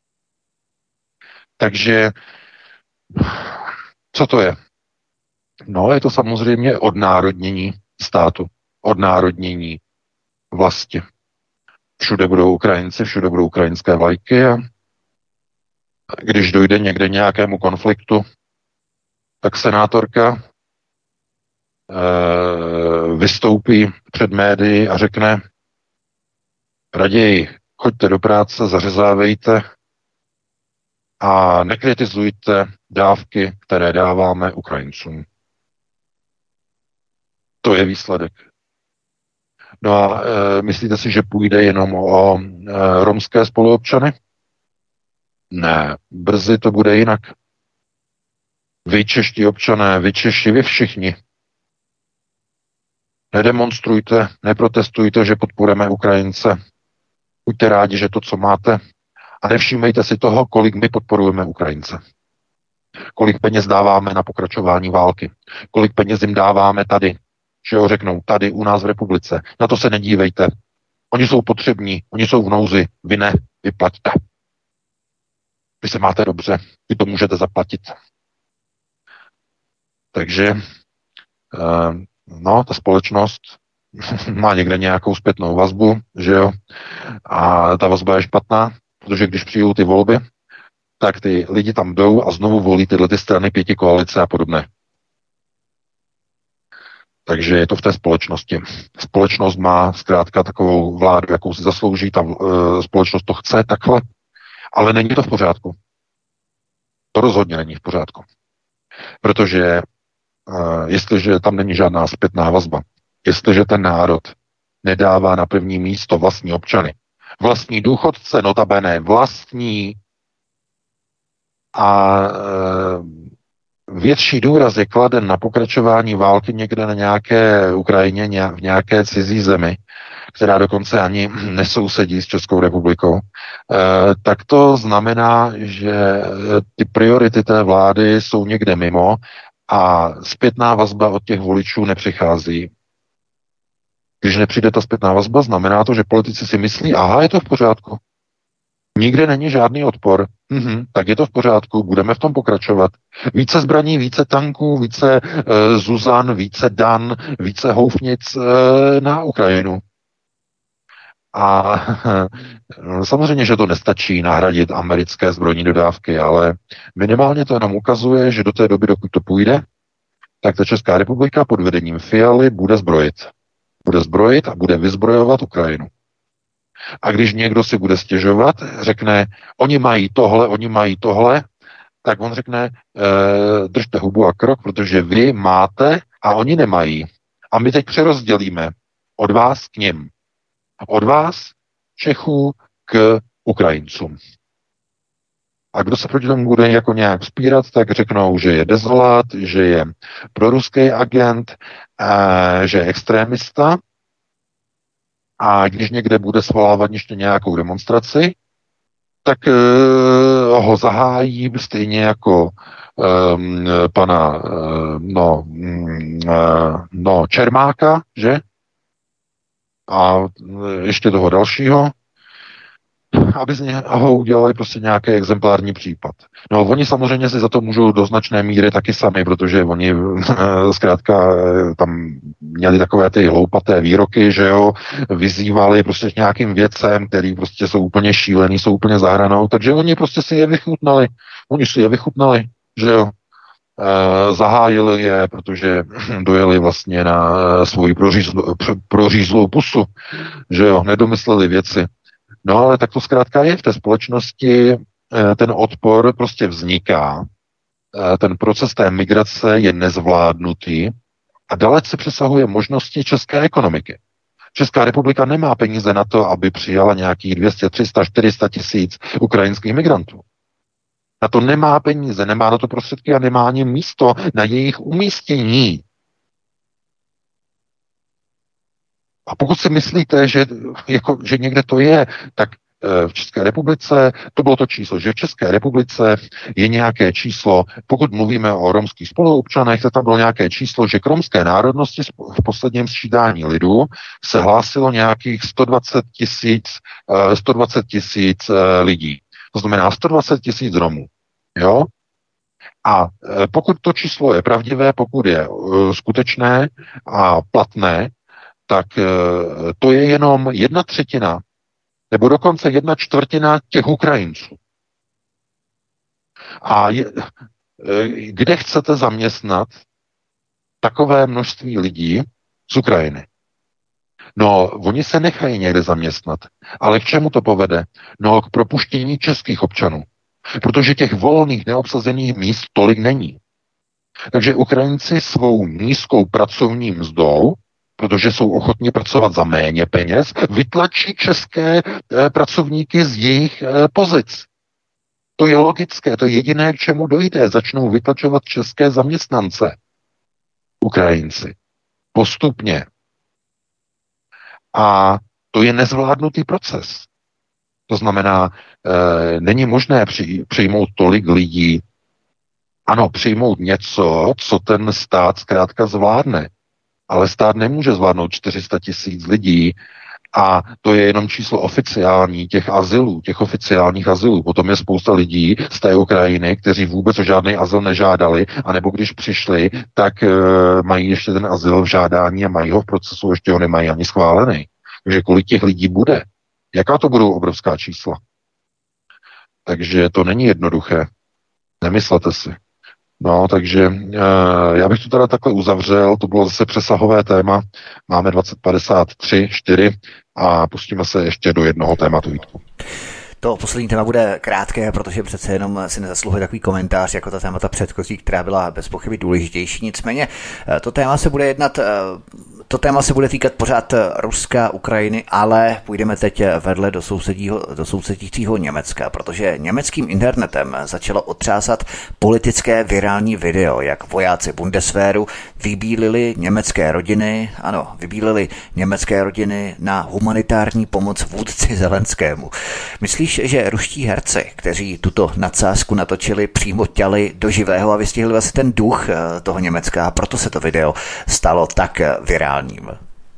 Takže co to je? No, je to samozřejmě odnárodnění státu, odnárodnění vlasti. Všude budou Ukrajinci, všude budou ukrajinské vlajky a když dojde někde nějakému konfliktu, tak senátorka e, vystoupí před médii a řekne: raději choďte do práce, zařezávejte a nekritizujte dávky, které dáváme Ukrajincům. To je výsledek. No a e, myslíte si, že půjde jenom o e, romské spoluobčany? Ne, brzy to bude jinak. Vy čeští občané, vy Češi, vy všichni. Nedemonstrujte, neprotestujte, že podporujeme Ukrajince. Buďte rádi, že to, co máte, a nevšímejte si toho, kolik my podporujeme Ukrajince. Kolik peněz dáváme na pokračování války. Kolik peněz jim dáváme tady. Že ho řeknou, tady u nás v republice. Na to se nedívejte. Oni jsou potřební, oni jsou v nouzi. Vy ne, vy plaťte. Vy se máte dobře, vy to můžete zaplatit. Takže no, ta společnost má někde nějakou zpětnou vazbu, že jo? A ta vazba je špatná, protože když přijdou ty volby, tak ty lidi tam jdou a znovu volí tyhle ty strany pěti koalice a podobné. Takže je to v té společnosti. Společnost má zkrátka takovou vládu, jakou si zaslouží, ta uh, společnost to chce takhle, ale není to v pořádku. To rozhodně není v pořádku. Protože uh, jestliže tam není žádná zpětná vazba, jestliže ten národ nedává na první místo vlastní občany, vlastní důchodce, notabene vlastní, a uh, větší důraz je kladen na pokračování války někde na nějaké Ukrajině, v nějaké cizí zemi, která dokonce ani nesousedí s Českou republikou, tak to znamená, že ty priority té vlády jsou někde mimo a zpětná vazba od těch voličů nepřichází. Když nepřijde ta zpětná vazba, znamená to, že politici si myslí, aha, je to v pořádku. Nikde není žádný odpor. Mhm, tak je to v pořádku, budeme v tom pokračovat. Více zbraní, více tanků, více e, Zuzan, více Dan, více houfnic e, na Ukrajinu. A e, samozřejmě, že to nestačí nahradit americké zbrojní dodávky, ale minimálně to jenom ukazuje, že do té doby, dokud to půjde, tak ta Česká republika pod vedením Fialy bude zbrojit. Bude zbrojit a bude vyzbrojovat Ukrajinu. A když někdo si bude stěžovat, řekne, oni mají tohle, oni mají tohle, tak on řekne, e, držte hubu a krok, protože vy máte a oni nemají. A my teď přerozdělíme od vás k nim. Od vás, Čechů, k Ukrajincům. A kdo se proti tomu bude jako nějak vzpírat, tak řeknou, že je dezolát, že je proruský agent, e, že je extrémista. A když někde bude svolávat ještě nějakou demonstraci, tak e, ho zahájí stejně jako e, pana e, no, e, no, Čermáka, že? A ještě toho dalšího, aby z něho udělali prostě nějaký exemplární případ. No, oni samozřejmě si za to můžou do značné míry taky sami, protože oni zkrátka tam měli takové ty hloupaté výroky, že jo, vyzývali prostě k nějakým věcem, který prostě jsou úplně šílený, jsou úplně za hranou, takže oni prostě si je vychutnali. Oni si je vychutnali, že jo. E, zahájili je, protože dojeli vlastně na svoji prořízlou, prořízlou pusu, že jo, nedomysleli věci. No ale tak to zkrátka je v té společnosti, ten odpor prostě vzniká, ten proces té migrace je nezvládnutý a dalece přesahuje možnosti české ekonomiky. Česká republika nemá peníze na to, aby přijala nějakých dvě stě, tři sta, čtyři sta tisíc ukrajinských migrantů. Na to nemá peníze, nemá na to prostředky a nemá ani místo na jejich umístění. A pokud si myslíte, že, jako, že někde to je, tak v České republice, to bylo to číslo, že v České republice je nějaké číslo, pokud mluvíme o romských spoluobčanech, tak tam bylo nějaké číslo, že k romské národnosti v posledním sčítání lidu se hlásilo nějakých sto dvacet tisíc lidí. To znamená sto dvacet tisíc Romů. Jo? A pokud to číslo je pravdivé, pokud je skutečné a platné, tak to je jenom jedna třetina nebo dokonce jedna čtvrtina těch Ukrajinců. A je, kde chcete zaměstnat takové množství lidí z Ukrajiny? No, oni se nechají někde zaměstnat. Ale k čemu to povede? No, k propuštění českých občanů. Protože těch volných neobsazených míst tolik není. Takže Ukrajinci svou nízkou pracovní mzdou, protože jsou ochotní pracovat za méně peněz, vytlačí české eh, pracovníky z jejich eh, pozic. To je logické, to je jediné, k čemu dojde. Začnou vytlačovat české zaměstnance. Ukrajinci. Postupně. A to je nezvládnutý proces. To znamená, e, není možné při, přijmout tolik lidí, ano, přijmout něco, co ten stát zkrátka zvládne. Ale stát nemůže zvládnout čtyři sta tisíc lidí a to je jenom číslo oficiální těch azylů, těch oficiálních azylů. Potom je spousta lidí z té Ukrajiny, kteří vůbec o žádný azyl nežádali, anebo když přišli, tak e, mají ještě ten azyl v žádání a mají ho v procesu, ještě ho nemají ani schválený. Takže kolik těch lidí bude? Jaká to budou obrovská čísla? Takže to není jednoduché. Nemyslete si. No, takže e, já bych to teda takhle uzavřel, to bylo zase přesahové téma, máme dvacet padesát tři čtyři a pustíme se ještě do jednoho tématu, Vítku. To poslední téma bude krátké, protože přece jenom si nezasluhuje takový komentář jako ta témata předchozí, která byla bez pochyby důležitější. Nicméně to téma se bude jednat To téma se bude týkat pořád Ruska, Ukrajiny, ale půjdeme teď vedle do, sousedího, do sousedícího Německa, protože německým internetem začalo otřásat politické virální video, jak vojáci Bundeswehru vybílili německé rodiny, ano, vybílili německé rodiny na humanitární pomoc vůdci Zelenskému. Myslíš, že ruští herci, kteří tuto nadsázku natočili, přímo ťali do živého a vystihli vlastně ten duch toho Německa, a proto se to video stalo tak virálním?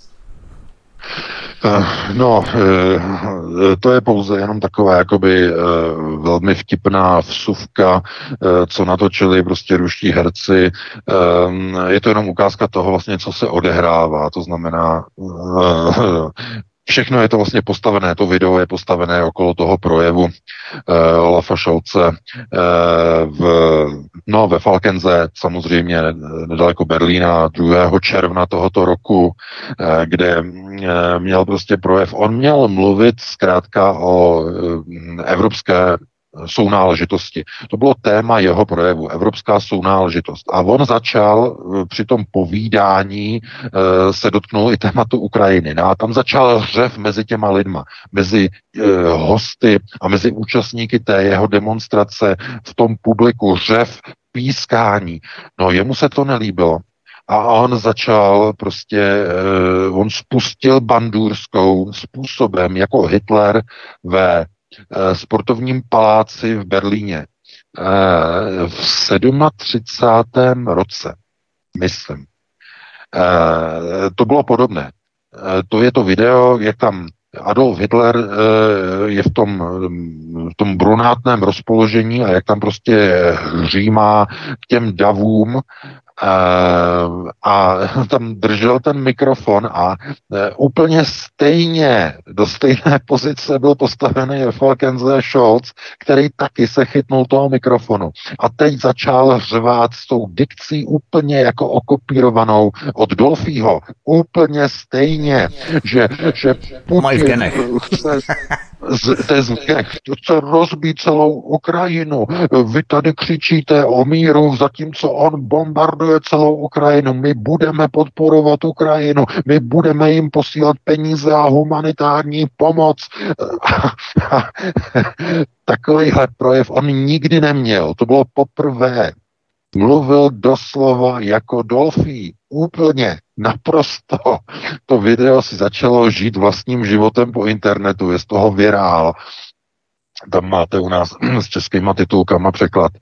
No, to je pouze jenom taková jakoby velmi vtipná vsuvka, co natočili prostě ruští herci. Je to jenom ukázka toho vlastně, co se odehrává. To znamená, všechno je to vlastně postavené, to video je postavené okolo toho projevu uh, Olafa Scholze uh, v, no, ve Falkense, samozřejmě nedaleko Berlína, druhého června tohoto roku, uh, kde uh, měl prostě projev. On měl mluvit zkrátka o uh, evropské sounáležitosti. To bylo téma jeho projevu, evropská sounáležitost. A on začal při tom povídání e, se dotknul i tématu Ukrajiny. No a tam začal hřev mezi těma lidma, mezi e, hosty a mezi účastníky té jeho demonstrace v tom publiku hřev, pískání. No jemu se to nelíbilo. A on začal prostě, on spustil bandurskou způsobem jako Hitler ve sportovním paláci v Berlíně v třicátém sedmém roce, myslím. To bylo podobné. To je to video, jak tam Adolf Hitler je v tom, v tom brunátném rozpoložení a jak tam prostě hřímá k těm davům a tam držel ten mikrofon a úplně stejně do stejné pozice byl postavený Falkense Scholz, který taky se chytnul toho mikrofonu a teď začal hřvát s tou dikcí úplně jako okopírovanou od Dolfího, úplně stejně, že, že Putin chce chce rozbít celou Ukrajinu. Vy tady křičíte o míru, zatímco on bombarduje celou Ukrajinu. My budeme podporovat Ukrajinu. My budeme jim posílat peníze a humanitární pomoc. Takovýhle projev on nikdy neměl. To bylo poprvé. Mluvil doslova jako Dolfí. Úplně, naprosto. To video si začalo žít vlastním životem po internetu. Je z toho virál. Tam máte u nás s českýma titulkama překlad.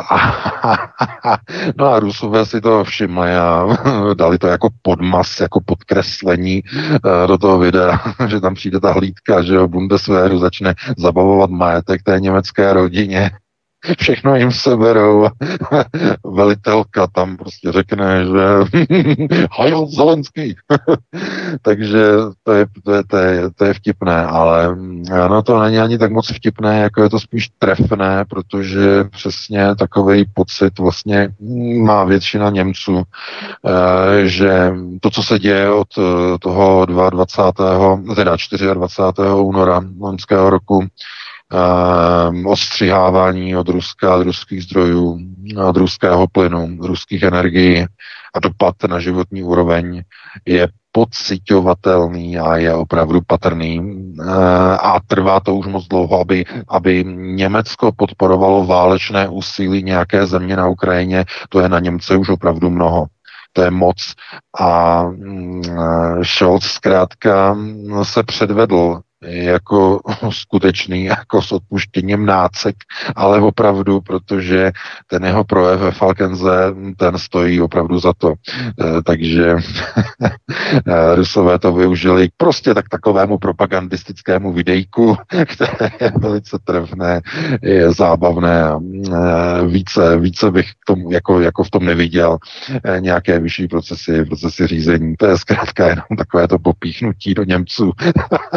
No a Rusové si to všimli a dali to jako podmas, jako podkreslení do toho videa, že tam přijde ta hlídka, že jo, Bundeswehru začne zabavovat majetek té německé rodině. Všechno jim seberou. Velitelka tam prostě řekne, že Heil Zelenský. Takže to je, to, je, to, je, to je vtipné, ale no to není ani tak moc vtipné, jako je to spíš trefné, protože přesně takovej pocit vlastně má většina Němců, že to, co se děje od toho dvacátého druhého teda dvacátého čtvrtého února loňského roku, Uh, ostřihávání od Ruska, od ruských zdrojů, od ruského plynu, ruských energií a dopad na životní úroveň je pociťovatelný a je opravdu patrný uh, a trvá to už moc dlouho, aby, aby Německo podporovalo válečné úsilí nějaké země na Ukrajině, to je na Němce už opravdu mnoho. To je moc a uh, Scholz zkrátka se předvedl jako skutečný, jako s odpuštěním nácek, ale opravdu, protože ten jeho projev ve Falkense, ten stojí opravdu za to. E, takže Rusové to využili prostě tak takovému propagandistickému videjku, které je velice trefné, je zábavné a e, více, více bych k tomu, jako, jako v tom neviděl e, nějaké vyšší procesy, procesy řízení. To je zkrátka jenom takové to popíchnutí do Němců, jak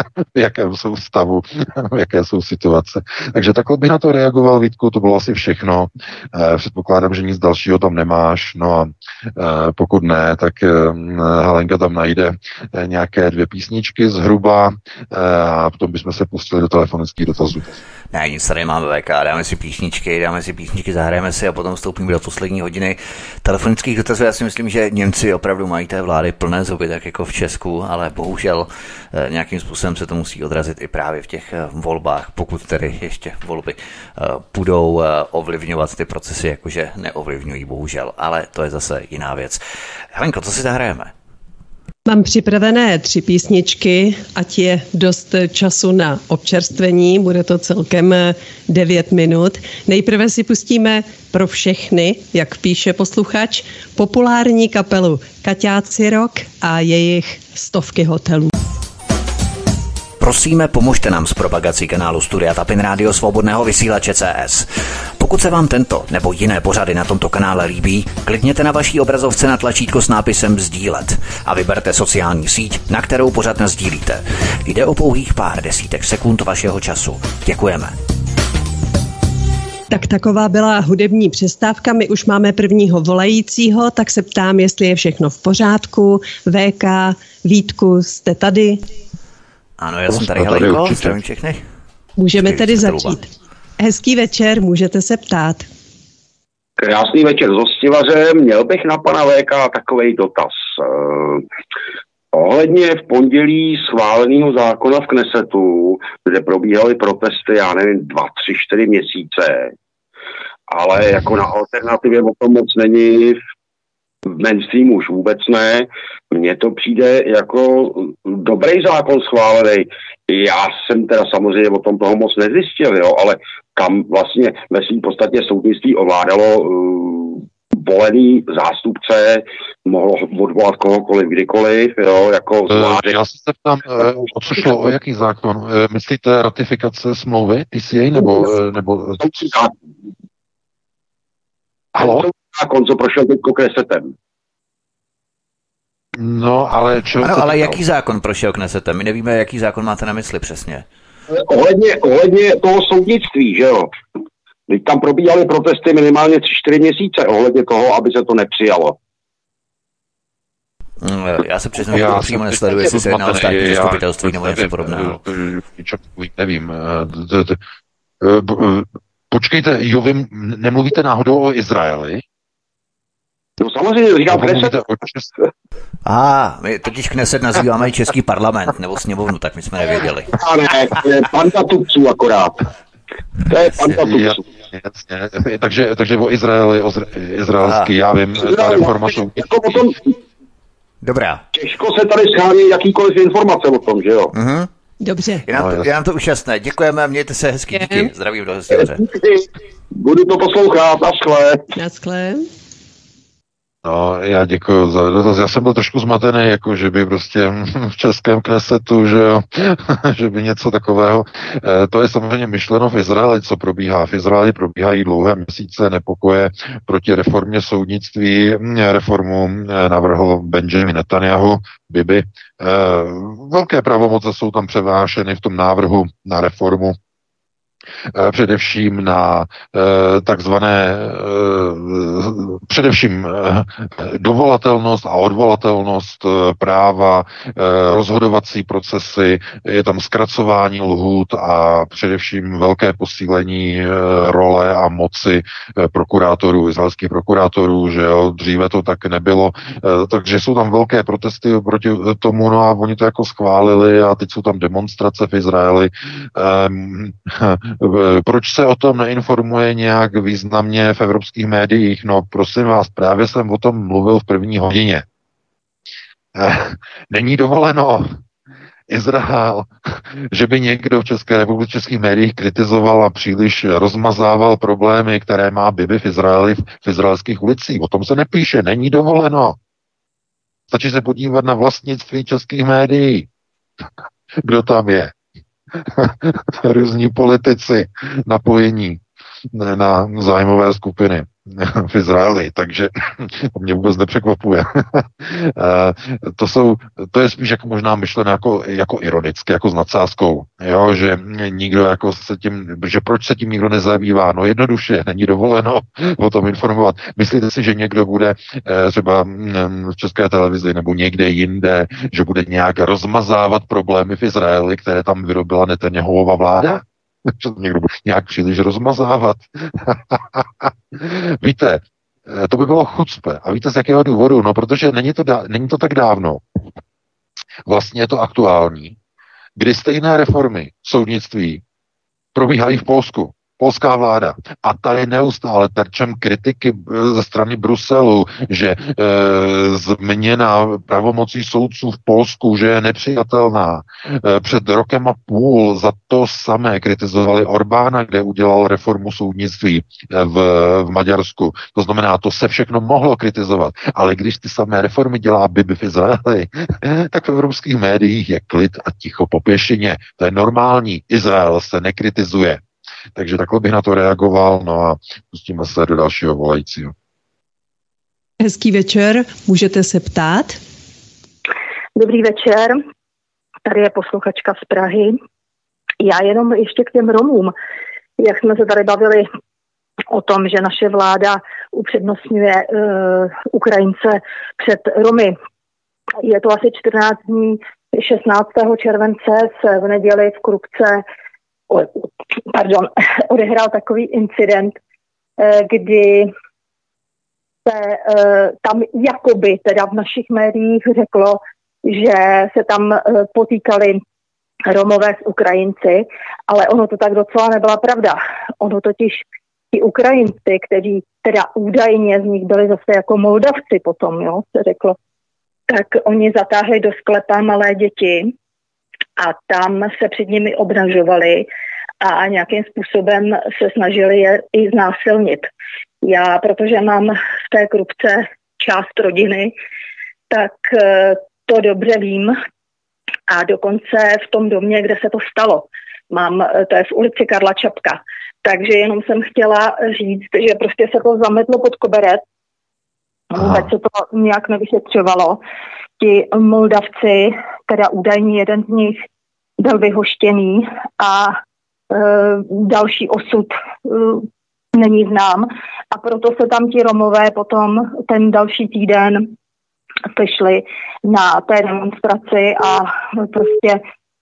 v jakém jsou stavu, v jaké jsou situace. Takže takhle bych na to reagoval, Vítku, to bylo asi všechno. Eh, předpokládám, že nic dalšího tam nemáš, no a eh, pokud ne, tak eh, Helenka tam najde eh, nějaké dvě písničky zhruba eh, a potom bychom se pustili do telefonických dotazů. Ne, nic tady máme V K, dáme si písničky, dáme si písničky, zahrajeme si a potom vstoupíme do poslední hodiny telefonických dotazů. Já si myslím, že Němci opravdu mají té vlády plné zuby, tak jako v Česku, ale bohužel nějakým způsobem se to musí odrazit i právě v těch volbách, pokud tedy ještě volby budou ovlivňovat ty procesy, jakože neovlivňují, bohužel, ale to je zase jiná věc. Helenko, co si zahrajeme? Mám připravené tři písničky, ať je dost času na občerstvení, bude to celkem devět minut. Nejprve si pustíme pro všechny, jak píše posluchač, populární kapelu Kaťáci Rock a jejich Stovky hotelů. Prosíme, pomožte nám s propagací kanálu Studia Tapin Rádio Svobodného vysílače C S. Pokud se vám tento nebo jiné pořady na tomto kanále líbí, klikněte na vaší obrazovce na tlačítko s nápisem sdílet a vyberte sociální síť, na kterou pořad nasdílíte. Jde o pouhých pár desítek sekund vašeho času. Děkujeme. Tak taková byla hudební přestávka. My už máme prvního volajícího, tak se ptám, jestli je všechno v pořádku. V K, Vítku, jste tady? Ano, já jsem tady, Helenko, zdravím všechny. Můžeme tedy začít. Hezký večer, můžete se ptát. Krásný večer s hostivařem. Měl bych na pana V K takovej dotaz. Uh, ohledně v pondělí schváleného zákona v Knesetu, kde probíhaly protesty, já nevím, dva, tři, čtyři měsíce, ale jako na alternativě o tom moc není, v mainstreamu už vůbec ne. Mně to přijde jako dobrý zákon schválený. Já jsem teda samozřejmě o tom toho moc nezjistil, jo, ale kam vlastně ve svým podstatě soudnictví ovládalo uh, volený zástupce, mohlo odvolat kohokoliv, kdykoliv, jo, jako zvláště. Já se ptám, o co šlo, o jaký zákon? Myslíte ratifikace smlouvy T C A nebo... nebo... Halo? Zákon, co prošel teď Knesetem. No, ale čo... Ano, ale jaký zákon prošel Knesetem? My nevíme, jaký zákon máte na mysli přesně. Ohledně, ohledně toho soudnictví, že jo? Teď tam probíhaly protesty minimálně tři čtyři měsíce ohledně toho, aby se to nepřijalo. Já se přiznám, že to přímo nesleduji, jestli se jedná o státní zastupitelství nebo něco podobného. Nevím. Počkejte, jo, vy nemluvíte náhodou o Izraeli? No samozřejmě, říkám Kneset. A my totiž Kneset nazýváme i český parlament, nebo sněmovnu, tak my jsme nevěděli. A ne, to je panta Tupců akorát. To je panta Tupců. Jasně, takže, takže o Izraeli, o izraelský, já vím, ta reforma jsou... Dobrá. Těžko se tady schání jakýkoliv informace o tom, že jo? Mhm. Dobře. Je nám, to, je nám to úžasné. Děkujeme, mějte se hezky, díky. Zdravím do hostivaře. Budu to poslouchat, naschle. Naschle. No, já děkuji za dotaz. Já jsem byl trošku zmatený, jako že by prostě v českém Knesetu, že jo, že by něco takového. E, to je samozřejmě myšleno v Izraeli, co probíhá. V Izraeli probíhají dlouhé měsíce nepokoje proti reformě soudnictví. Reformu navrhl Benjamin Netanyahu, Bibi. E, velké pravomoce jsou tam převášeny v tom návrhu na reformu, především na takzvané především dovolatelnost a odvolatelnost práva, rozhodovací procesy, je tam zkracování lhůt a především velké posílení role a moci prokurátorů, izraelských prokurátorů, že jo, dříve to tak nebylo, takže jsou tam velké protesty proti tomu, no a oni to jako schválili a teď jsou tam demonstrace v Izraeli. Proč se o tom neinformuje nějak významně v evropských médiích? No prosím vás, právě jsem o tom mluvil v první hodině. Není dovoleno Izrael, že by někdo v České republice, v českých médiích kritizoval a příliš rozmazával problémy, které má Bibi v Izraeli, v izraelských ulicích. O tom se nepíše, není dovoleno. Stačí se podívat na vlastnictví českých médií. Kdo tam je? Různí politici napojení na zájmové skupiny v Izraeli, takže to mě vůbec nepřekvapuje. to, jsou, to je spíš jako možná myšleno jako, jako ironicky, jako s nadsázkou, jo, že nikdo jako se tím, že proč se tím nikdo nezabývá, no jednoduše, není dovoleno o tom informovat. Myslíte si, že někdo bude třeba v České televizi nebo někde jinde, že bude nějak rozmazávat problémy v Izraeli, které tam vyrobila Netanjahova vláda? Že to někdo bude nějak příliš rozmazávat. Víte, to by bylo chucpe. A víte z jakého důvodu? No, protože není to, dá, není to tak dávno. Vlastně je to aktuální, kdy stejné reformy soudnictví probíhají v Polsku. Polská vláda. A ta je neustále terčem kritiky ze strany Bruselu, že e, změna pravomocí soudců v Polsku, že je nepřijatelná. E, před rokem a půl za to samé kritizovali Orbána, kde udělal reformu soudnictví v, v Maďarsku. To znamená, to se všechno mohlo kritizovat. Ale když ty samé reformy dělá Bibi v Izraeli, tak v evropských médiích je klid a ticho po pěšině. To je normální. Izrael se nekritizuje. Takže takhle bych na to reagoval, no a pustíme se do dalšího volajícího. Hezký večer, můžete se ptát? Dobrý večer, tady je posluchačka z Prahy. Já jenom ještě k těm Romům, jak jsme se tady bavili o tom, že naše vláda upřednostňuje uh, Ukrajince před Romy. Je to asi čtrnáct dní, šestnáctého července se v neděli v Krupce pardon, odehrál takový incident, kdy se tam jakoby teda v našich médiích řeklo, že se tam potýkali Romové s Ukrajinci, ale ono to tak docela nebyla pravda. Ono totiž ti Ukrajinci, kteří teda údajně z nich byli zase jako Moldavci potom, jo, se řeklo, tak oni zatáhli do sklepa malé děti a tam se před nimi obnažovali a nějakým způsobem se snažili je i znásilnit. Já, protože mám v té Krupce část rodiny, tak to dobře vím a dokonce v tom domě, kde se to stalo, mám, to je v ulici Karla Čapka. Takže jenom jsem chtěla říct, že prostě se to zametlo pod koberec, vůbec se to nějak nevyšetřovalo. Ti Moldavci, teda údajně jeden z nich byl vyhoštěný a e, další osud e, není znám. A proto se tam ti Romové potom ten další týden sešli na té demonstraci a prostě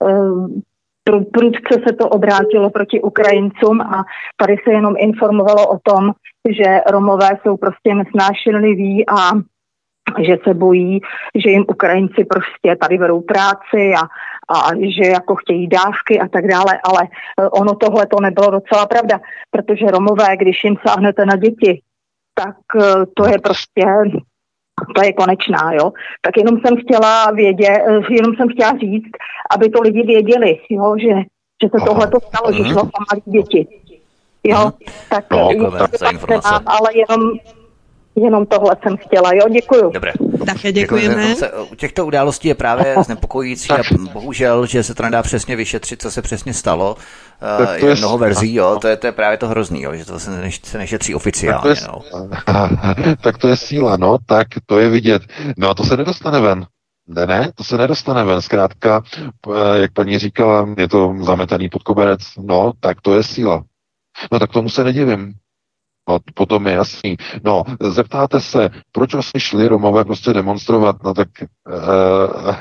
e, prudce se to obrátilo proti Ukrajincům a tady se jenom informovalo o tom, že Romové jsou prostě nesnášenliví a že se bojí, že jim Ukrajinci prostě tady berou práci a, a že jako chtějí dávky a tak dále, ale ono tohle to nebylo docela pravda, protože Romové, když jim sáhnete na děti, tak to je prostě, to je konečná, jo. Tak jenom jsem chtěla vědět, jenom jsem chtěla říct, aby to lidi věděli, jo, že, že se tohle to stalo, mm-hmm. že šlo tam malí děti. Jo, mm-hmm. tak no, je, tak ale jenom Jenom tohle jsem chtěla, jo, děkuju. Dobré. Také děkujeme. U těchto událostí je právě znepokojící a bohužel, že se to nedá přesně vyšetřit, co se přesně stalo. Je, je mnoho verzí, jo, to je, to je právě to hrozný, jo, že to se, neš, se nešetří oficiálně. Tak to, je, no. tak to je síla, no, tak to je vidět. No a to se nedostane ven. Ne, ne, to se nedostane ven. Zkrátka, jak paní říkala, je to zametaný pod koberec, no, tak to je síla. No tak tomu se nedivím. No, potom je jasný. No, zeptáte se, proč asi šli Romové prostě demonstrovat, no tak uh,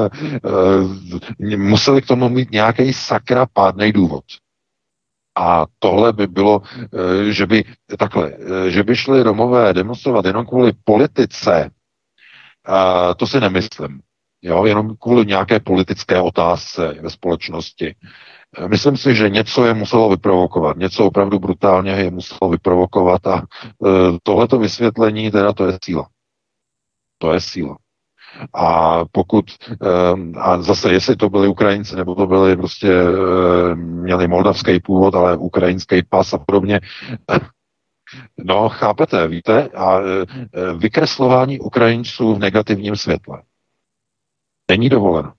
uh, museli k tomu mít nějaký sakra pádnej důvod. A tohle by bylo, uh, že by takhle, uh, že by šli Romové demonstrovat jenom kvůli politice, uh, to si nemyslím. Jo, jenom kvůli nějaké politické otázce ve společnosti. Myslím si, že něco je muselo vyprovokovat, něco opravdu brutálně je muselo vyprovokovat a e, tohleto vysvětlení, teda to je síla. To je síla. A pokud, e, a zase jestli to byli Ukrajinci, nebo to byli prostě, e, měli moldavský původ, ale ukrajinský pas a podobně, no chápete, víte, a e, vykreslování Ukrajinců v negativním světle není dovoleno.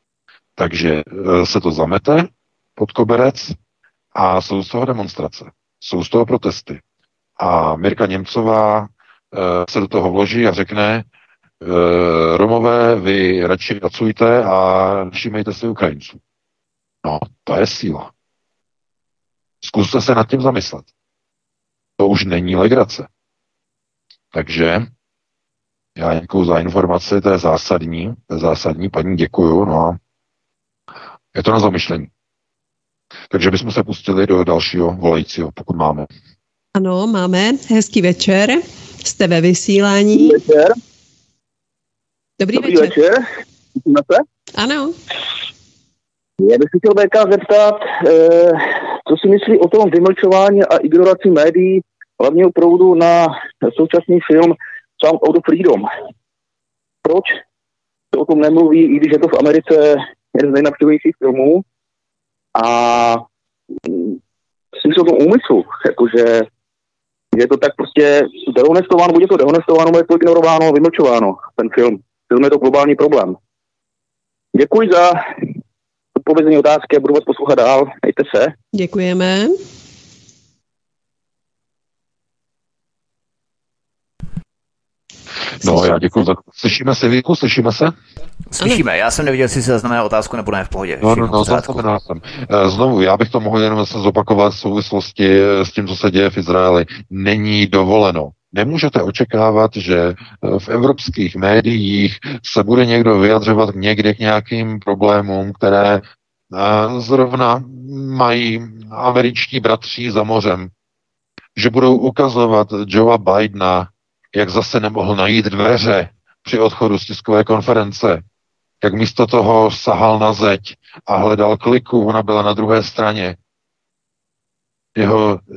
Takže e, se to zamete pod koberec a jsou z toho demonstrace. jsou z toho protesty. A Mirka Němcová se do toho vloží a řekne, Romové, vy radši pracujte a všímejte si Ukrajinců. No, to je síla. Zkuste se nad tím zamyslet. To už není legrace. Takže já děkuju za informaci, to je zásadní, to je zásadní, paní, děkuju, no. Je to na zamyšlení. Takže bychom se pustili do dalšího volajícího, pokud máme. Ano, máme. Hezký večer. Jste ve vysílání. Dobrý večer. Dobrý, Dobrý večer. večer. Slyšíme se? Ano. Já bych se chtěl bé ká zeptat, eh, co si myslí o tom vymlčování a ignoraci médií hlavního proudu na současný film Sound of Freedom. Proč se o tom nemluví, i když je to v Americe jeden z nejnavštěvnějších filmů? A si myslím o tom úmyslu, jakože je to tak prostě dehonestováno, bude to dehonestováno, bude to ignorováno, vymlčováno, ten film. Film je to globální problém. Děkuji za odpovězení otázky a budu vás poslouchat dál. Mějte se. Děkujeme. No, já děkuji za... Slyšíme se, Víku? Slyšíme se? Slyšíme. Já jsem neviděl, jestli se zaznamená otázku, nebo ne, v pohodě. No, no, no, zaznamená jsem. Znovu, já bych to mohl jenom se zopakovat v souvislosti s tím, co se děje v Izraeli. Není dovoleno. Nemůžete očekávat, že v evropských médiích se bude někdo vyjadřovat někde k nějakým problémům, které zrovna mají američtí bratři za mořem. Že budou ukazovat Joea Bidena, jak zase nemohl najít dveře při odchodu z tiskové konference, jak místo toho sahal na zeď a hledal kliku, ona byla na druhé straně. Jeho e,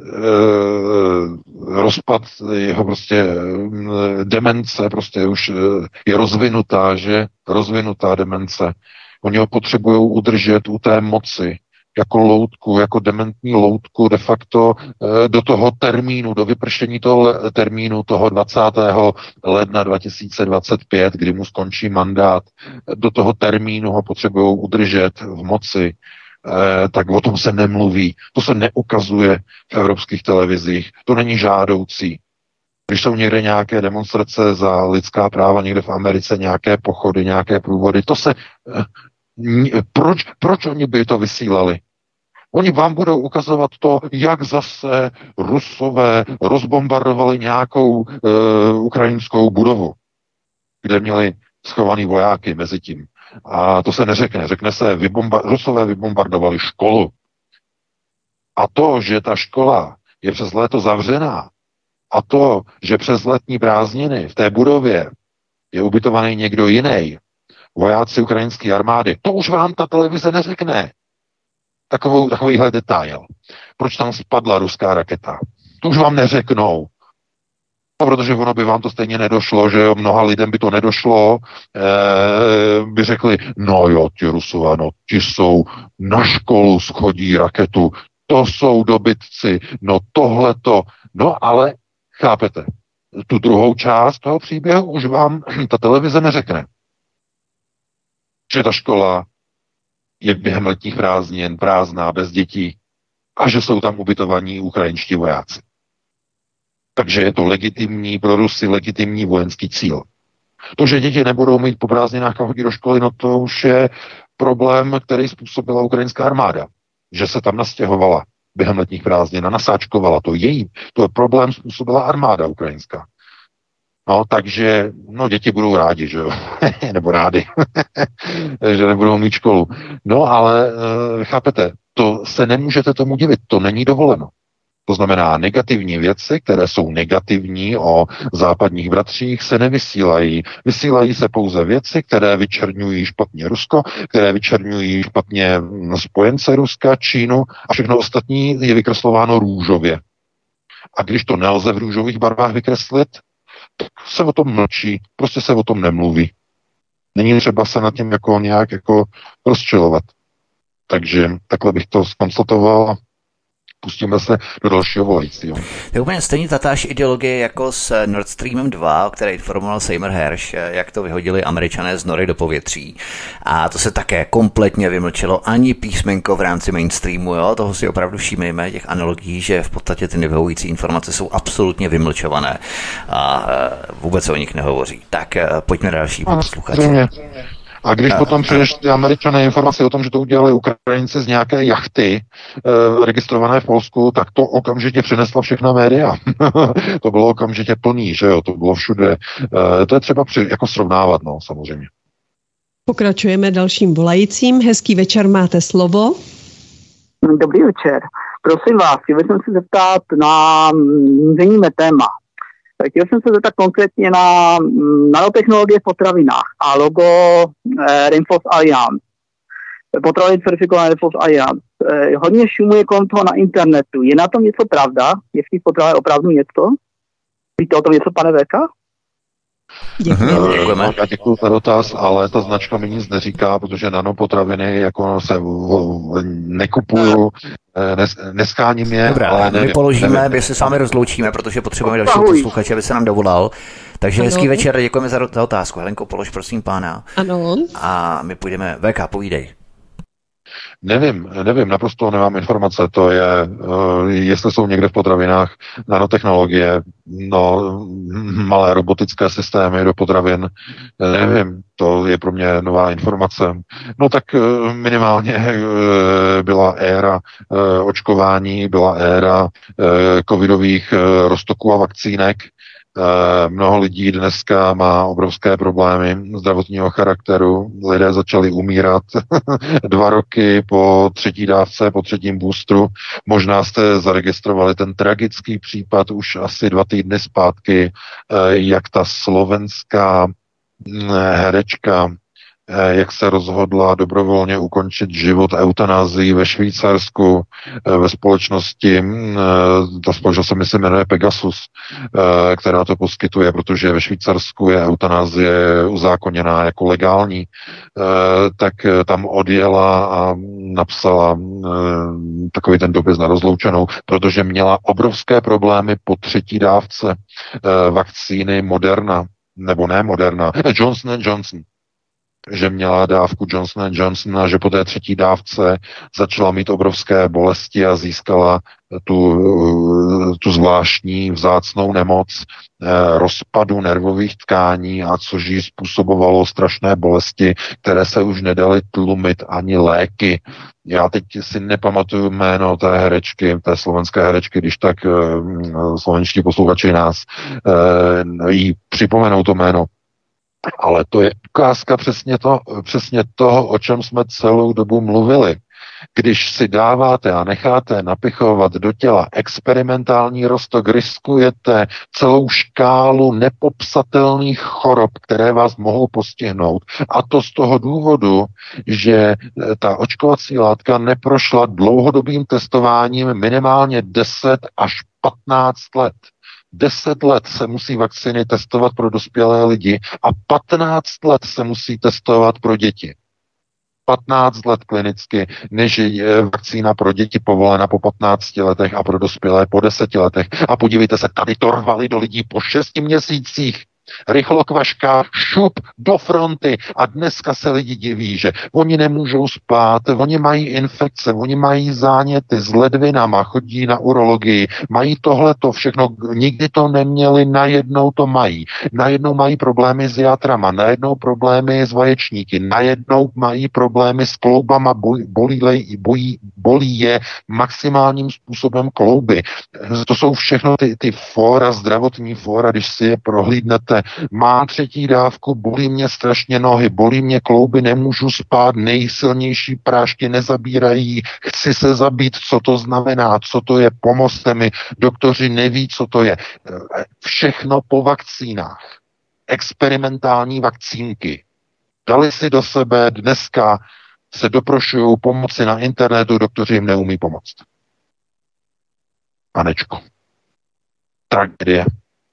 rozpad, jeho prostě e, demence prostě už e, je rozvinutá, že? Rozvinutá demence. Oni ho potřebují udržet u té moci, jako loutku, jako dementní loutku de facto e, do toho termínu, do vypršení toho termínu toho dvacátého ledna dva tisíce dvacet pět, kdy mu skončí mandát. Do toho termínu ho potřebují udržet v moci. Eh, tak o tom se nemluví. To se neukazuje v evropských televizích. To není žádoucí. Když jsou někde nějaké demonstrace za lidská práva, někde v Americe, nějaké pochody, nějaké průvody, to se... Eh, proč, proč oni by to vysílali? Oni vám budou ukazovat to, jak zase Rusové rozbombardovali nějakou eh, ukrajinskou budovu, kde měli schovaný vojáky mezi tím. A to se neřekne. Řekne se, vybomba- Rusové vybombardovali školu. A to, že ta škola je přes léto zavřená, a to, že přes letní prázdniny v té budově je ubytovaný někdo jiný, vojáci ukrajinské armády, to už vám ta televize neřekne. Takovou, takovýhle detail. Proč tam spadla ruská raketa? To už vám neřeknou. No, protože ono by vám to stejně nedošlo, že jo, mnoha lidem by to nedošlo, e, by řekli, no jo, ti Rusové, no, ti jsou na školu schodí raketu, to jsou dobytci, no tohleto, no ale chápete, tu druhou část toho příběhu už vám ta televize neřekne. Že ta škola je během letních prázdnin prázdná, bez dětí a že jsou tam ubytovaní ukrajinští vojáci. Takže je to legitimní, pro Rusy legitimní vojenský cíl. To, že děti nebudou mít po prázdninách a chodit do školy, no to už je problém, který způsobila ukrajinská armáda. Že se tam nastěhovala během letních prázdnin a nasáčkovala. To její, to je problém způsobila armáda ukrajinská. No, takže, no, děti budou rádi, že jo, nebo rádi, že nebudou mít školu. No, ale e, chápete, to se nemůžete tomu divit, to není dovoleno. To znamená, negativní věci, které jsou negativní o západních bratřích, se nevysílají. Vysílají se pouze věci, které vyčerňují špatně Rusko, které vyčerňují špatně spojence Ruska, Čínu a všechno ostatní je vykreslováno růžově. A když to nelze v růžových barvách vykreslit, tak se o tom mlčí, prostě se o tom nemluví. Není třeba se nad tím jako nějak jako rozčilovat. Takže takhle bych to zkonstatoval. pustíme se do dalšího volajícího. To je úplně stejně tatáž ideologie jako s Nord Streamem dva, o které informoval Seymour Hersh, jak to vyhodili Američané z nory do povětří. A to se také kompletně vymlčelo, ani písmenko v rámci mainstreamu, jo? Toho si opravdu všímejme, těch analogií, že v podstatě ty nevyhovující informace jsou absolutně vymlčované a vůbec se o nich nehovoří. Tak pojďme na další posluchače. A když potom přijdeš ty Američané informace o tom, že to udělali Ukrajinci z nějaké jachty e, registrované v Polsku, tak to okamžitě přinesla všechna média. To bylo okamžitě plný, že jo, to bylo všude. E, to je třeba při, jako srovnávat, no, samozřejmě. Pokračujeme dalším volajícím. Hezký večer, máte slovo. Dobrý večer. Prosím vás, chtěl jsem se zeptat na změníme téma. Chtěl jsem se zeptat konkrétně na nanotechnologie v potravinách a logo eh, Rainforest Alliance. Potraviny certifikované Rainforest Alliance. Eh, hodně šumuje kolem toho na internetu. Je na tom něco pravda? Je v těch potravinách opravdu něco? Víte o tom něco, pane Véka? Děkujeme. Děkujeme. Já děkuji za dotaz, ale ta značka mi nic neříká, protože nanopotraviny jako se nekupuju, nes, neskáním je. Dobrá, ale nevím, my položíme, nevím. my se s vámi rozloučíme, protože potřebujeme dalšího posluchače, aby se nám dovolal. Takže ano. Hezký večer, děkujeme za, za otázku. Helenko, polož prosím pána. Ano. A my půjdeme, V K, povídej. Nevím, nevím, naprosto nemám informace, to je, uh, jestli jsou někde v potravinách nanotechnologie, no, malé robotické systémy do potravin, nevím, to je pro mě nová informace. No tak uh, minimálně uh, byla éra uh, očkování, byla éra uh, covidových uh, roztoků a vakcínek. Mnoho lidí dneska má obrovské problémy zdravotního charakteru. Lidé začali umírat dva roky po třetí dávce, po třetím boostru. Možná jste zaregistrovali ten tragický případ už asi dva týdny zpátky, jak ta slovenská herečka, jak se rozhodla dobrovolně ukončit život eutanázii ve Švýcarsku ve společnosti, ta společnost se myslím jmenuje Pegasus, která to poskytuje, protože ve Švýcarsku je eutanázie uzákoněná jako legální, tak tam odjela a napsala takový ten dopis na rozloučenou, protože měla obrovské problémy po třetí dávce vakcíny Moderna, nebo ne Moderna, Johnson and Johnson, že měla dávku Johnson and Johnson a že po té třetí dávce začala mít obrovské bolesti a získala tu, tu zvláštní vzácnou nemoc eh, rozpadu nervových tkání, a což jí způsobovalo strašné bolesti, které se už nedaly tlumit ani léky. Já teď si nepamatuju jméno té herečky, té slovenské herečky, když tak eh, slovenští posluchači nás eh, jí připomenou to jméno. Ale to je ukázka přesně, to, přesně toho, o čem jsme celou dobu mluvili. Když si dáváte a necháte napichovat do těla experimentální roztok, riskujete celou škálu nepopsatelných chorob, které vás mohou postihnout. A to z toho důvodu, že ta očkovací látka neprošla dlouhodobým testováním minimálně deset až patnáct let. Deset let se musí vakcíny testovat pro dospělé lidi a patnáct let se musí testovat pro děti. patnáct let klinicky, než je vakcína pro děti povolena po patnácti letech a pro dospělé po deseti letech. A podívejte se, tady to rvali do lidí po šesti měsících. Rychlokvaška, šup do fronty a dneska se lidi diví, že oni nemůžou spát, oni mají infekce, oni mají záněty s ledvinama, chodí na urologii, mají tohleto všechno, nikdy to neměli, najednou to mají. Najednou mají problémy s játrama, najednou problémy s vaječníky, najednou mají problémy s kloubama, bolí, bolí, bolí je maximálním způsobem klouby. To jsou všechno ty, ty fóra, zdravotní fóra, když si je prohlídnete. Mám třetí dávku, bolí mě strašně nohy, bolí mě klouby, nemůžu spát, nejsilnější prášky nezabírají, chci se zabít, co to znamená, co to je, pomozte mi, doktoři neví, co to je. Všechno po vakcínách. Experimentální vakcínky. Dali si do sebe, dneska se doprošují pomoci na internetu, doktoři jim neumí pomoct. Panečko. Tragédie.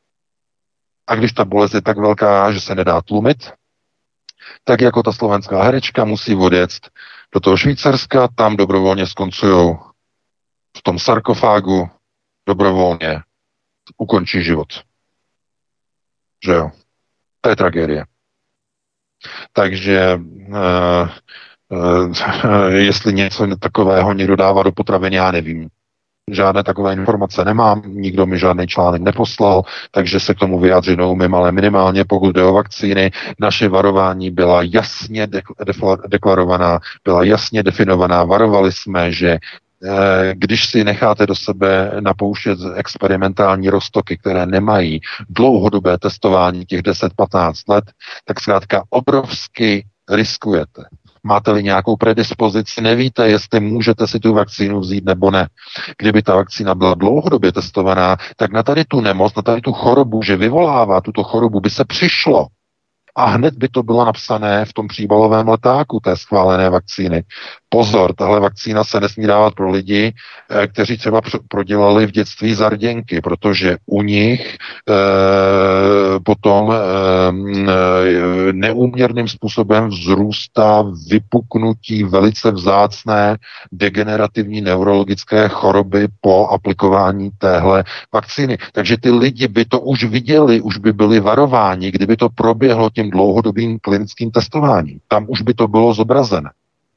A když ta bolest je tak velká, že se nedá tlumit, tak jako ta slovenská herečka musí odjet do toho Švýcarska, tam dobrovolně skoncujou. v tom sarkofágu dobrovolně ukončí život. Že jo? To je tragédie. Takže uh, uh, jestli něco takového někdo dává do potravin, já nevím. Žádné takové informace nemám, nikdo mi žádný článek neposlal, takže se k tomu vyjádřit neumím, ale minimálně pokud jde o vakcíny, naše varování byla jasně deklarovaná, byla jasně definovaná. Varovali jsme, že když si necháte do sebe napouštět experimentální roztoky, které nemají dlouhodobé testování těch deset patnáct let, tak zkrátka obrovsky riskujete. Máte-li nějakou predispozici, nevíte, jestli můžete si tu vakcínu vzít nebo ne. Kdyby ta vakcína byla dlouhodobě testovaná, tak na tady tu nemoc, na tady tu chorobu, že vyvolává tuto chorobu, by se přišlo. A hned by to bylo napsané v tom příbalovém letáku té schválené vakcíny. Pozor, tahle vakcína se nesmí dávat pro lidi, kteří třeba prodělali v dětství zarděnky, protože u nich e, potom e, neúměrným způsobem vzrůstá vypuknutí velice vzácné degenerativní neurologické choroby po aplikování téhle vakcíny. Takže ty lidi by to už viděli, už by byli varováni, kdyby to proběhlo tím dlouhodobým klinickým testováním. Tam už by to bylo zobrazené.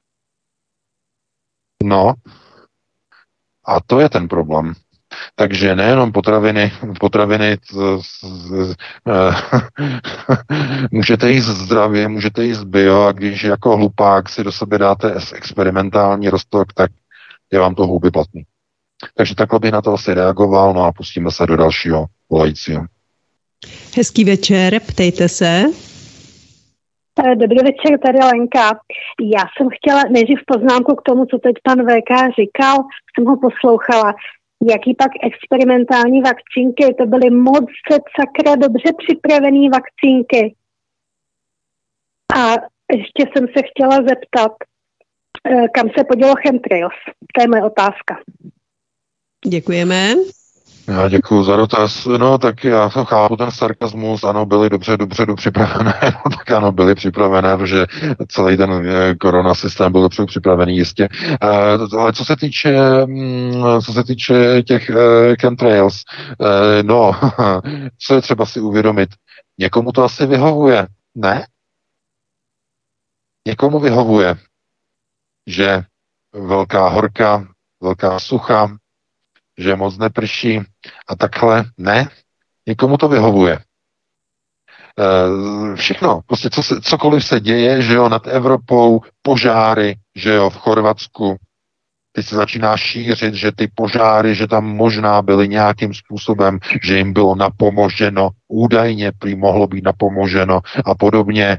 No, a to je ten problém. Takže nejenom potraviny, potraviny t, t, můžete jíst zdravě, můžete jíst bio, a když jako hlupák si do sebe dáte experimentální roztok, tak je vám to houby platný. Takže takhle bych na to asi reagoval, no a pustíme se do dalšího volajícího. Hezký večer, ptejte se. Dobrý večer, tady Lenka. Já jsem chtěla nejdřív poznámku k tomu, co teď pan V K říkal, jsem ho poslouchala. Jaký pak experimentální vakcínky? To byly moc se sakra dobře připravené vakcínky. A ještě jsem se chtěla zeptat, kam se podělo chemtrails? To je moje otázka. Děkujeme. Já děkuju za dotaz. No, tak já to chápu, ten sarkazmus, ano, byly dobře, dobře, dobře připravené, no, tak ano, byly připravené, protože celý ten korona systém byl dobře připravený, jistě. Uh, ale co se týče, co se týče těch uh, chemtrails, uh, no, co je třeba si uvědomit, někomu to asi vyhovuje, ne? Někomu vyhovuje, že velká horka, velká sucha, že moc neprší a takhle, ne, někomu to vyhovuje. E, všechno, prostě co se, cokoliv se děje, že jo, nad Evropou, požáry, že jo, v Chorvatsku, teď se začíná šířit, že ty požáry, že tam možná byly nějakým způsobem, že jim bylo napomoženo, údajně prý mohlo být napomoženo a podobně.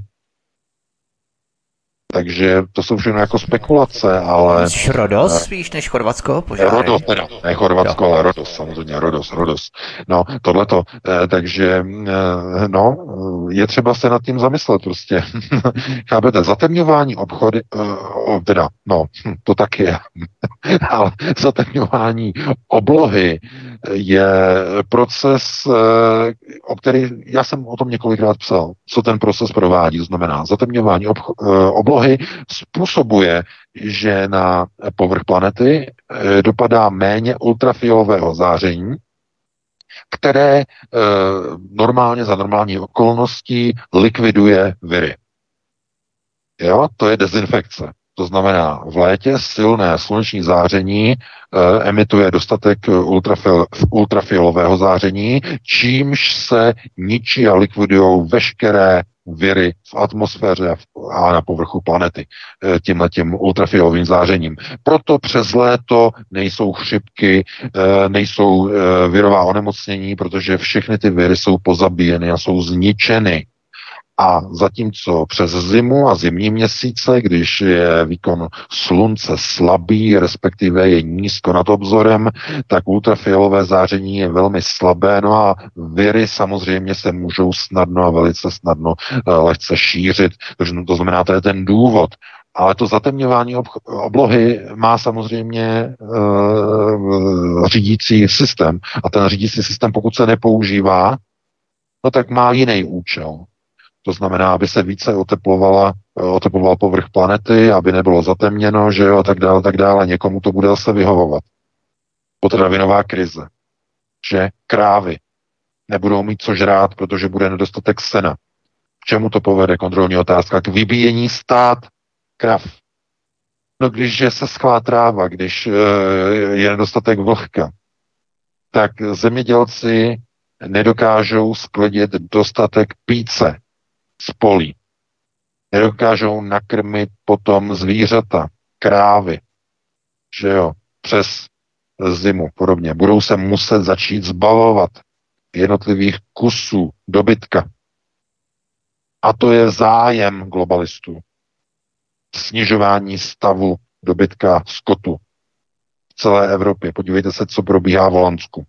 Takže to jsou všechno jako spekulace, ale... Rodos spíš než Chorvatsko? Požáry. Rodos, teda, ne Chorvatsko, ale Rodos, samozřejmě, Rodos, Rodos. No, tohleto, eh, takže, eh, no, je třeba se nad tím zamyslet prostě. Chápete, zatemňování obchody, eh, teda, no, to tak je, ale zatemňování oblohy je proces, eh, o který, já jsem o tom několikrát psal, co ten proces provádí, to znamená zatemňování obch- eh, oblohy způsobuje, že na povrch planety dopadá méně ultrafialového záření, které e, normálně za normální okolností likviduje viry. Jo, to je dezinfekce. To znamená, v létě silné sluneční záření e, emituje dostatek ultrafial, ultrafialového záření, čímž se ničí a likvidují veškeré viry v atmosféře a na povrchu planety tímhletím ultrafialovým zářením. Proto přes léto nejsou chřipky, nejsou virová onemocnění, protože všechny ty viry jsou pozabíjeny a jsou zničeny. A zatímco přes zimu a zimní měsíce, když je výkon slunce slabý, respektive je nízko nad obzorem, tak ultrafialové záření je velmi slabé, no a viry samozřejmě se můžou snadno a velice snadno uh, lehce šířit, takže to znamená, to je ten důvod. Ale to zatemňování ob- oblohy má samozřejmě uh, řídící systém. A ten řídící systém, pokud se nepoužívá, no tak má jiný účel. To znamená, aby se více oteplovala, oteploval povrch planety, aby nebylo zatemněno, že jo, a tak dále, tak dále. Někomu to bude zase vyhovovat. potravinová krize, že krávy nebudou mít co žrát, protože bude nedostatek sena. K čemu to povede? Kontrolní otázka. K vybíjení stát krav. No když je seschlá tráva, když je nedostatek vlhka, tak zemědělci nedokážou sklidit dostatek píce z polí. Nedokážou nakrmit potom zvířata, krávy, že jo, přes zimu podobně. Budou se muset začít zbavovat jednotlivých kusů dobytka. A to je zájem globalistů. Snižování stavu dobytka skotu v celé Evropě. Podívejte se, co probíhá v Holandsku.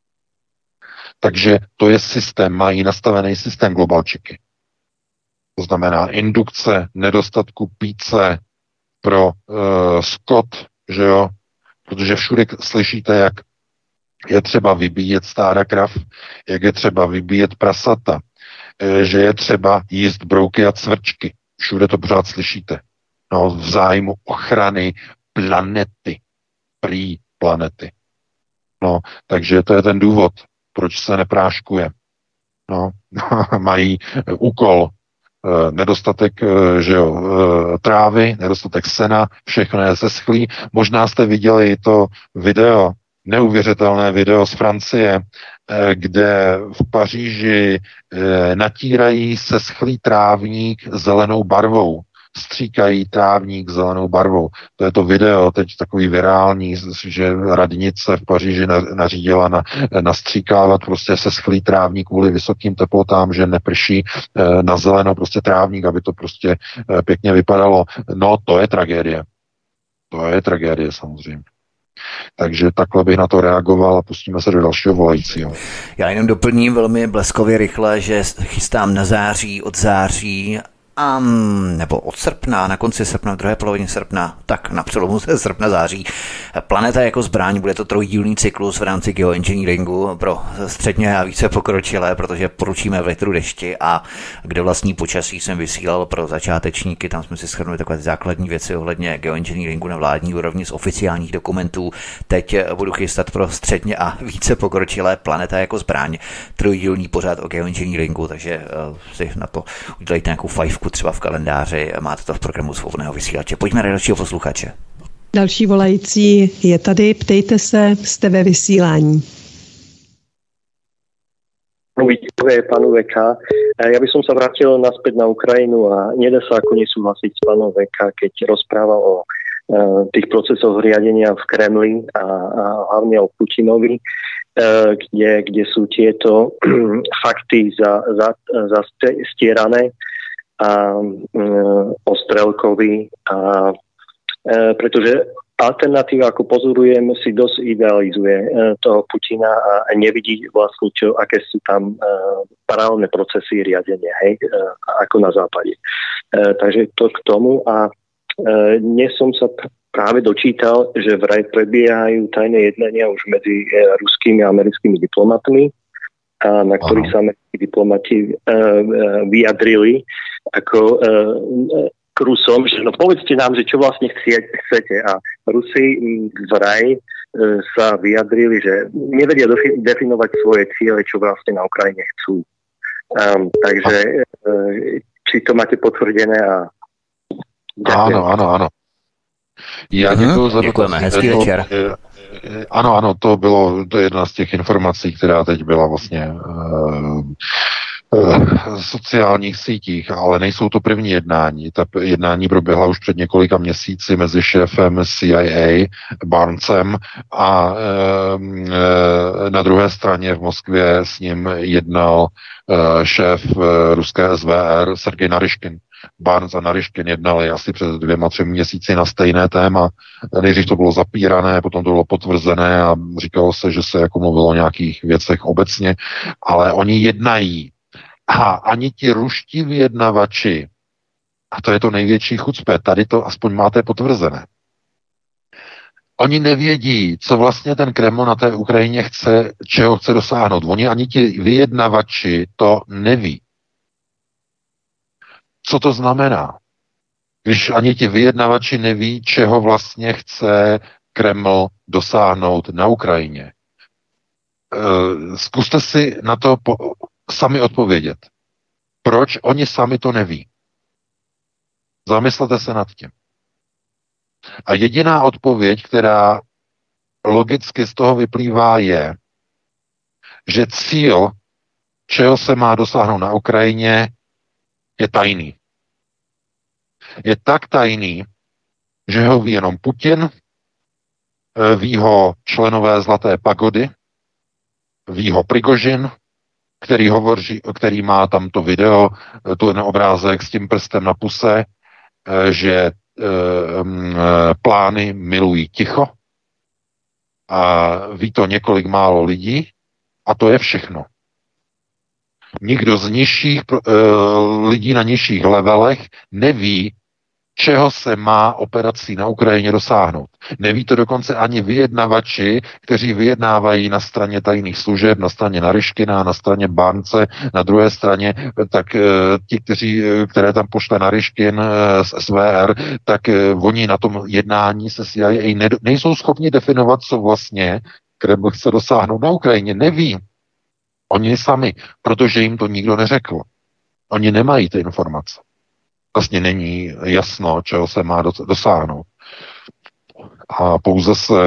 Takže to je systém, mají nastavený systém globalčiky. To znamená indukce nedostatku píce pro uh, skot, že jo, protože všude slyšíte, jak je třeba vybíjet stáda krav, jak je třeba vybíjet prasata, že je třeba jíst brouky a cvrčky. Všude to pořád slyšíte. No, v zájmu ochrany planety. Prý planety. No, takže to je ten důvod, proč se nepráškuje. No, mají úkol, nedostatek, že jo, trávy, nedostatek sena, všechno je zeschlý. Možná jste viděli to video, neuvěřitelné video z Francie, kde v Paříži natírají seschlý trávník zelenou barvou. Stříkají trávník zelenou barvou. To je to video, teď takový virální, že radnice v Paříži nařídila na, nastříkávat prostě seschlý trávník kvůli vysokým teplotám, že neprší na zeleno prostě trávník, aby to prostě pěkně vypadalo. No, to je tragédie. To je tragédie samozřejmě. Takže takhle bych na to reagoval a pustíme se do dalšího volajícího. Já jenom doplním velmi bleskově rychle, že chystám na září, od září a nebo od srpna, na konci srpna, v druhé polovině srpna, tak na přelomu srpna září. Planeta jako zbraň, bude to trojdílný cyklus v rámci geoengineeringu pro středně a více pokročilé, protože poručíme větru, dešti a kde vlastní počasí jsem vysílal pro začátečníky, tam jsme si shrnuli takové základní věci ohledně geoengineeringu na vládní úrovni z oficiálních dokumentů. Teď budu chystat pro středně a více pokročilé Planeta jako zbraň, trojdílný pořád o geoengineeringu, takže uh, si na to udělejte nějakou fajfku třeba v kalendáři, máte to v programu Svobodného vysílače. Pojďme na dalšího posluchače. Další volající je tady, ptejte se, jste ve vysílání. Vítové, panu V K. Ja by som sa vrátil naspäť na Ukrajinu a nedá sa ako nesúhlasiť s pánom V K, keď rozprával o e, tých procesoch riadenia v Kremli a, a hlavne o Putinovi, e, kde, kde sú tieto fakty za, za, za stierané a e, o Strelkovi a e, pretože alternatíva, ako pozorujem, si dosť idealizuje e, toho Putina a nevidí vlastne, čo, aké sú tam e, paralelné procesy riadenia, hej, e, ako na západe. E, takže to k tomu a e, dnes som sa práve dočítal, že vraj prebiehajú tajné jednania už medzi e, ruskými a americkými diplomatmi, a na ktorých sa americkí diplomati e, e, vyjadrili ako e, k Rusom, že no povedzte nám, že čo vlastne chcete. A Rusi vraj e, sa vyjadrili, že nevedia dofi- definovať svoje ciele, čo vlastne na Ukrajine chcú. Um, takže e, či to máte potvrdené a ďakujem. Áno, áno, áno. Já děkuji za Děkujeme, hezký to, večer. Ano, ano, to bylo, to je jedna z těch informací, která teď byla vlastně uh, v sociálních sítích, ale nejsou to první jednání. Ta jednání proběhla už před několika měsíci mezi šéfem C I A Barnesem a e, na druhé straně v Moskvě s ním jednal e, šéf e, ruské S V R Sergej Naryškin. Barnes a Naryškin jednali asi před dvěma, třemi měsíci na stejné téma. Nejdřív to bylo zapírané, potom to bylo potvrzené a říkalo se, že se jako mluvilo o nějakých věcech obecně, ale oni jednají. A ani ti ruští vyjednavači, a to je to největší chucpe, tady to aspoň máte potvrzené. Oni nevědí, co vlastně ten Kreml na té Ukrajině chce, čeho chce dosáhnout. Oni ani ti vyjednavači to neví. Co to znamená? Když ani ti vyjednavači neví, čeho vlastně chce Kreml dosáhnout na Ukrajině? Zkuste si na to po, sami odpovědět. Proč oni sami to neví? Zamyslete se nad tím. A jediná odpověď, která logicky z toho vyplývá, je, že cíl, čeho se má dosáhnout na Ukrajině, je tajný. Je tak tajný, že ho ví jenom Putin, ví ho členové Zlaté pagody, ví ho Prigožin, který hovoří, který má tam to video, ten obrázek s tím prstem na puse, že e, plány milují ticho. A ví to několik málo lidí a to je všechno. Nikdo z nižších e, lidí na nižších levelech neví, čeho se má operací na Ukrajině dosáhnout. Neví to dokonce ani vyjednavači, kteří vyjednávají na straně tajných služeb, na straně Naryškina, na straně Barnce, na druhé straně, tak e, ti, kteří, které tam pošle Naryškin e, z S V R, tak e, oni na tom jednání se C I A ne, nejsou schopni definovat, co vlastně Kreml chce dosáhnout na Ukrajině. Neví. Oni sami, protože jim to nikdo neřekl. Oni nemají ty informace. Vlastně není jasno, čeho se má dosáhnout. A pouze se,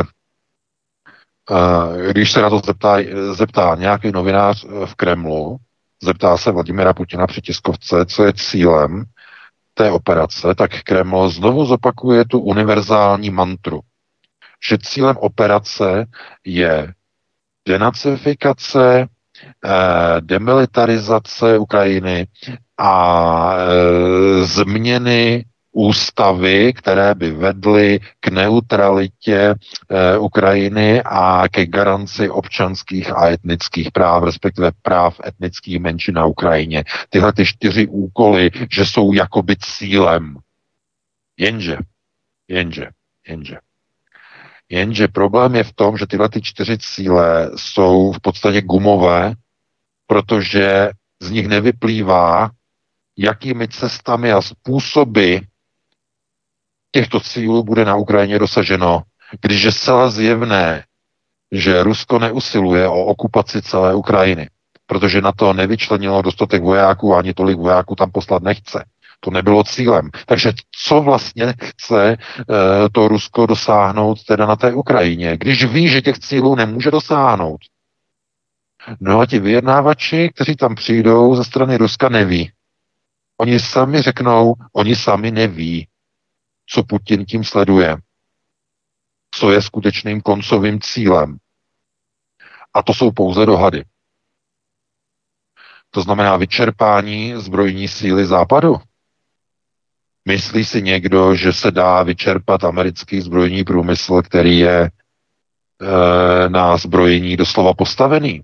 když se na to zeptá, zeptá nějaký novinář v Kremlu, zeptá se Vladimira Putina při tiskovce, co je cílem té operace, tak Kreml znovu zopakuje tu univerzální mantru, že cílem operace je denacifikace, demilitarizace Ukrajiny a e, změny ústavy, které by vedly k neutralitě e, Ukrajiny a ke garanci občanských a etnických práv, respektive práv etnických menšin na Ukrajině. Tyhle ty čtyři úkoly, že jsou jakoby cílem. Jenže, jenže, jenže. Jenže problém je v tom, že tyhle ty čtyři cíle jsou v podstatě gumové, protože z nich nevyplývá, jakými cestami a způsoby těchto cílů bude na Ukrajině dosaženo, když je zcela zjevné, že Rusko neusiluje o okupaci celé Ukrajiny, protože na to nevyčlenilo dostatek vojáků, ani tolik vojáků tam poslat nechce. To nebylo cílem. Takže co vlastně chce e, to Rusko dosáhnout teda na té Ukrajině, když ví, že těch cílů nemůže dosáhnout? No a ti vyjednávači, kteří tam přijdou ze strany Ruska, neví. Oni sami řeknou, oni sami neví, co Putin tím sleduje, co je skutečným koncovým cílem. A to jsou pouze dohady. To znamená vyčerpání zbrojní síly Západu. Myslí si někdo, že se dá vyčerpat americký zbrojní průmysl, který je e, na zbrojení doslova postavený?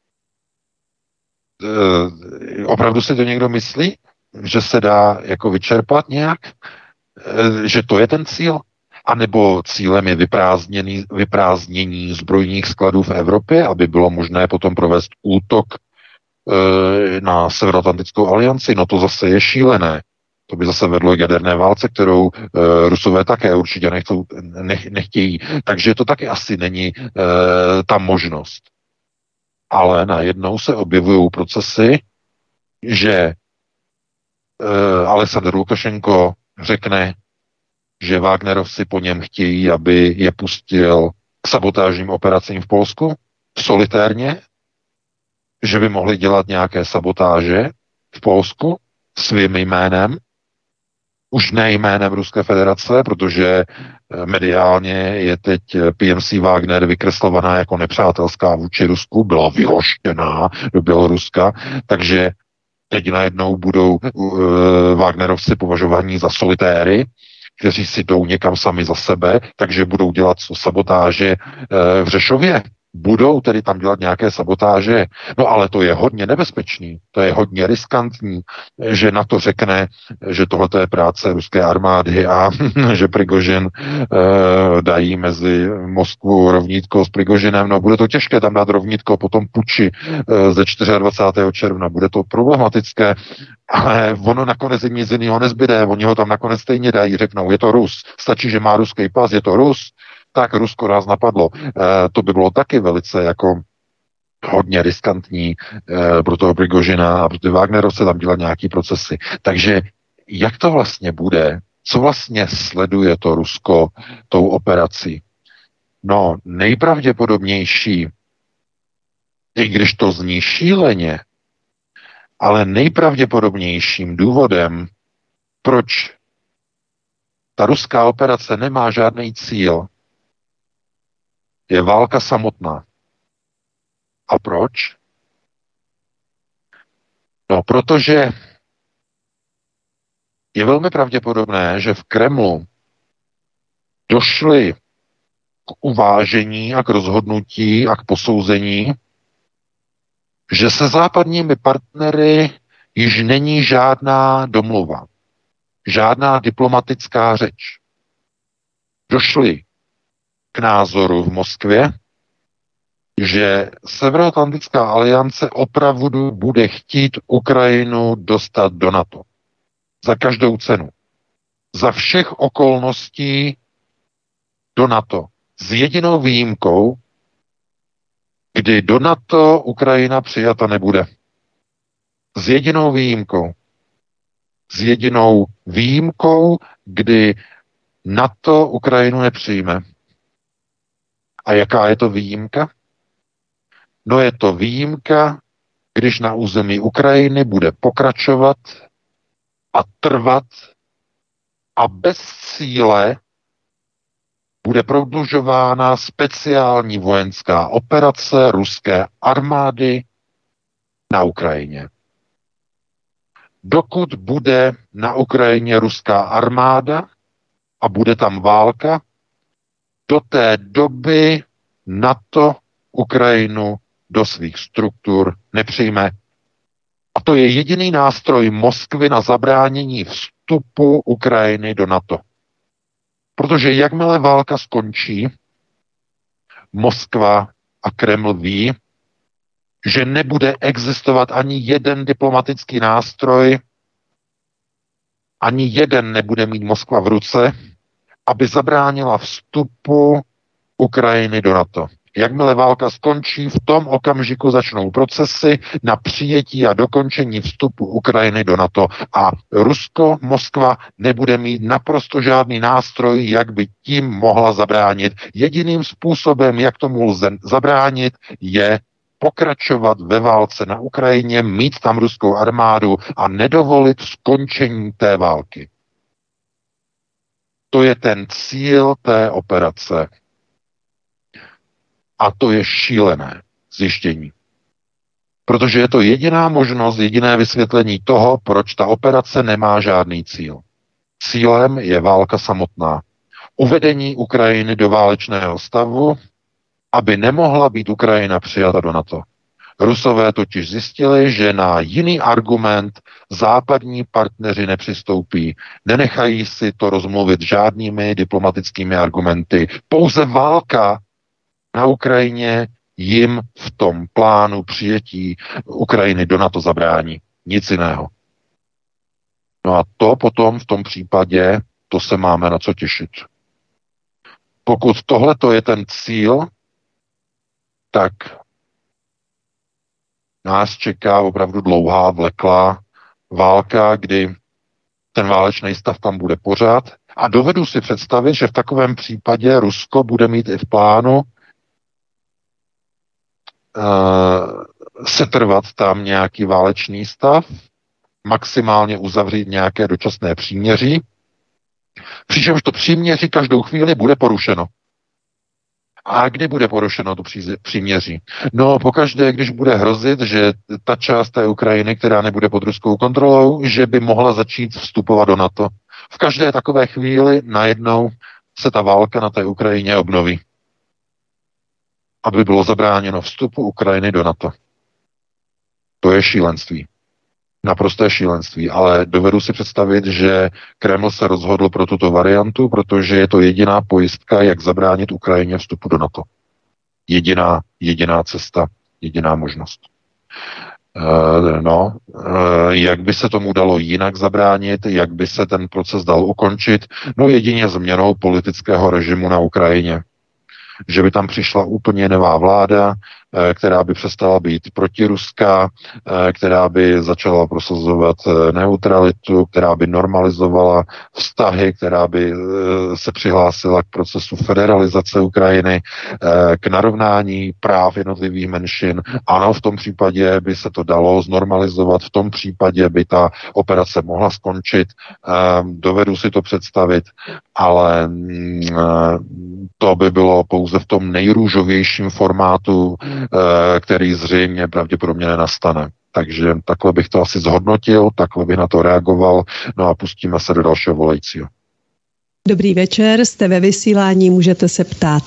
E, opravdu si to někdo myslí, že se dá jako vyčerpat nějak? E, že to je ten cíl? A nebo cílem je vyprázdnění, vyprázdnění zbrojních skladů v Evropě, aby bylo možné potom provést útok e, na Severoatlantickou alianci? No to zase je šílené. To by zase vedlo k jaderné válce, kterou e, Rusové také určitě nechcou, nech, nechtějí. Takže to taky asi není e, ta možnost. Ale najednou se objevují procesy, že e, Alexandr Lukašenko řekne, že Wagnerovci po něm chtějí, aby je pustil k sabotážním operacím v Polsku, solitérně, že by mohli dělat nějaké sabotáže v Polsku svým jménem, už ne jménem Ruské federace, protože mediálně je teď P M C Wagner vykreslovaná jako nepřátelská vůči Rusku, byla vyhoštěná do Běloruska, takže teď najednou budou uh, Wagnerovci považovaní za solitéry, kteří si jdou někam sami za sebe, takže budou dělat sabotáže uh, v Řešově. Budou tedy tam dělat nějaké sabotáže, no ale to je hodně nebezpečný, to je hodně riskantní, že na to řekne, že tohle je práce ruské armády a že Prigožin eh, dají mezi Moskvu rovnítko s Prigožinem, no bude to těžké tam dát rovnítko po tom puči eh, ze dvacátého čtvrtého června, bude to problematické, ale ono nakonec jim nic jiného nezbyde, oni ho tam nakonec stejně dají, řeknou, je to Rus, stačí, že má ruský pas, je to Rus, tak Rusko nás napadlo. E, to by bylo taky velice jako hodně riskantní e, pro toho Prigožina a pro ty Wagnerovce tam dělat nějaký procesy. Takže jak to vlastně bude? Co vlastně sleduje to Rusko tou operací? No, nejpravděpodobnější, i když to zní šíleně, ale nejpravděpodobnějším důvodem, proč ta ruská operace nemá žádný cíl, je válka samotná. A proč? No, protože je velmi pravděpodobné, že v Kremlu došli k uvážení a k rozhodnutí a k posouzení, že se západními partnery již není žádná domluva, žádná diplomatická řeč. Došli k názoru v Moskvě, že Severoatlantická aliance opravdu bude chtít Ukrajinu dostat do NATO. Za každou cenu. Za všech okolností do NATO. S jedinou výjimkou, kdy do NATO Ukrajina přijata nebude. S jedinou výjimkou. S jedinou výjimkou, kdy NATO Ukrajinu nepřijme. A jaká je to výjimka? No je to výjimka, když na území Ukrajiny bude pokračovat a trvat a bez cíle bude prodlužována speciální vojenská operace ruské armády na Ukrajině. Dokud bude na Ukrajině ruská armáda a bude tam válka, do té doby NATO Ukrajinu do svých struktur nepřijme. A to je jediný nástroj Moskvy na zabránění vstupu Ukrajiny do NATO. Protože jakmile válka skončí, Moskva a Kreml ví, že nebude existovat ani jeden diplomatický nástroj, ani jeden nebude mít Moskva v ruce, aby zabránila vstupu Ukrajiny do NATO. Jakmile válka skončí, v tom okamžiku začnou procesy na přijetí a dokončení vstupu Ukrajiny do NATO. A Rusko, Moskva nebude mít naprosto žádný nástroj, jak by tím mohla zabránit. Jediným způsobem, jak tomu lze zabránit, je pokračovat ve válce na Ukrajině, mít tam ruskou armádu a nedovolit skončení té války. To je ten cíl té operace. A to je šílené zjištění. Protože je to jediná možnost, jediné vysvětlení toho, proč ta operace nemá žádný cíl. Cílem je válka samotná. Uvedení Ukrajiny do válečného stavu, aby nemohla být Ukrajina přijata do NATO. Rusové totiž zjistili, že na jiný argument západní partneři nepřistoupí. Nenechají si to rozmluvit žádnými diplomatickými argumenty. Pouze válka na Ukrajině jim v tom plánu přijetí Ukrajiny do NATO zabrání. Nic jiného. No a to potom v tom případě, to se máme na co těšit. Pokud tohleto je ten cíl, tak nás čeká opravdu dlouhá, vleklá válka, kdy ten válečný stav tam bude pořád. A dovedu si představit, že v takovém případě Rusko bude mít i v plánu uh, setrvat tam nějaký válečný stav, maximálně uzavřít nějaké dočasné příměří, přičemž to příměří každou chvíli bude porušeno. A kdy bude porušeno to příměří? No, pokaždé, když bude hrozit, že ta část té Ukrajiny, která nebude pod ruskou kontrolou, že by mohla začít vstupovat do NATO. V každé takové chvíli najednou se ta válka na té Ukrajině obnoví. Aby bylo zabráněno vstupu Ukrajiny do NATO. To je šílenství. Naprosté šílenství, ale dovedu si představit, že Kreml se rozhodl pro tuto variantu, protože je to jediná pojistka, jak zabránit Ukrajině vstupu do NATO. Jediná, jediná cesta, jediná možnost. Uh, no, uh, jak by se tomu dalo jinak zabránit, jak by se ten proces dal ukončit? No jedině změnou politického režimu na Ukrajině. že by tam přišla úplně nová vláda, která by přestala být protiruská, která by začala prosazovat neutralitu, která by normalizovala vztahy, která by se přihlásila k procesu federalizace Ukrajiny, k narovnání práv jednotlivých menšin. Ano, v tom případě by se to dalo znormalizovat, v tom případě by ta operace mohla skončit, dovedu si to představit, ale to by bylo pouze v tom nejrůžovějším formátu, který zřejmě pravděpodobně nenastane. Takže takhle bych to asi zhodnotil, takhle bych na to reagoval, no a pustíme se do dalšího volajícího. Dobrý večer, jste ve vysílání, můžete se ptát.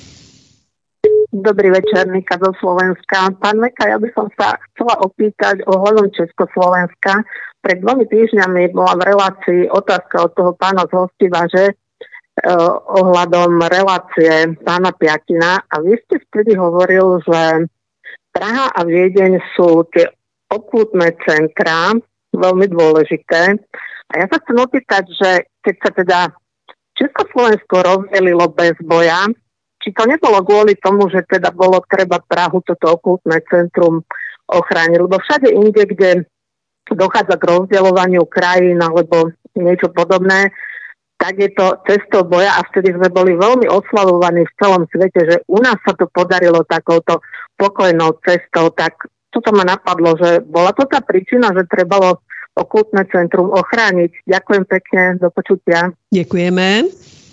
Dobrý večer, Nika zo Slovenska. Pán Veka, ja by som sa chcela opýtať ohľadom Československa. Pred dvomi týždňami bola v relácii otázka od toho pána z Hostivaže eh, ohľadom relácie pána Piatina a vy ste vtedy hovoril, že Praha a Viedeň sú tie okultné centrá, veľmi dôležité. A ja sa chcem opýtať, že keď sa teda Československo rozdelilo bez boja, či to nebolo kvôli tomu, že teda bolo treba Prahu, toto okultné centrum ochrániť, lebo všade inde, kde dochádza k rozdeľovaniu krajín alebo niečo podobné, tak je to cestou boja a vtedy sme boli veľmi oslavovaní v celom svete, že u nás sa to podarilo takouto pokojnou cestou, tak toto ma napadlo, že bola to tá príčina, že trebalo okultné centrum ochrániť. Ďakujem pekne, do počutia. Děkujeme.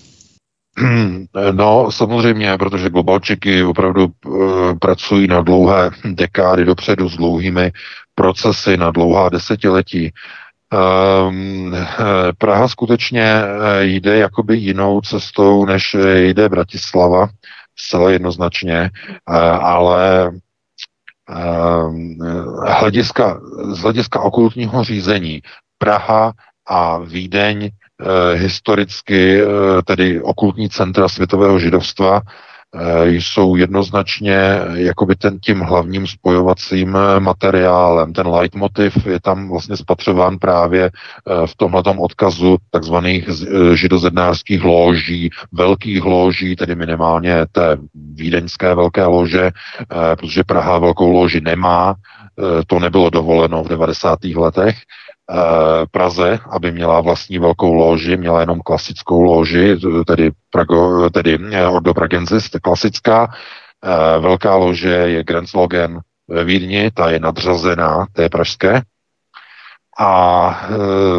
No, samozřejmě, protože globalčiky opravdu e, pracují na dlouhé dekády dopředu s dlouhými procesy, na dlouhá desetiletí. E, Praha skutečně jde jakoby jinou cestou, než jde Bratislava, zcela jednoznačně, e, ale e, hlediska, z hlediska okultního řízení Praha a Vídeň historicky, tedy okultní centra světového židovstva, jsou jednoznačně jakoby ten tím hlavním spojovacím materiálem. Ten leitmotiv je tam vlastně spatřován právě v tomhletom odkazu takzvaných židozednářských lóží, velkých lóží, tedy minimálně té vídeňské velké lože, protože Praha velkou loži nemá, to nebylo dovoleno v devadesátých letech, Praze, aby měla vlastní velkou loži, měla jenom klasickou loži, tedy, Prago, tedy Ordo Pragensis, klasická. Velká lože je Grenzlogen ve Vídni, ta je nadřazená té pražské. A e,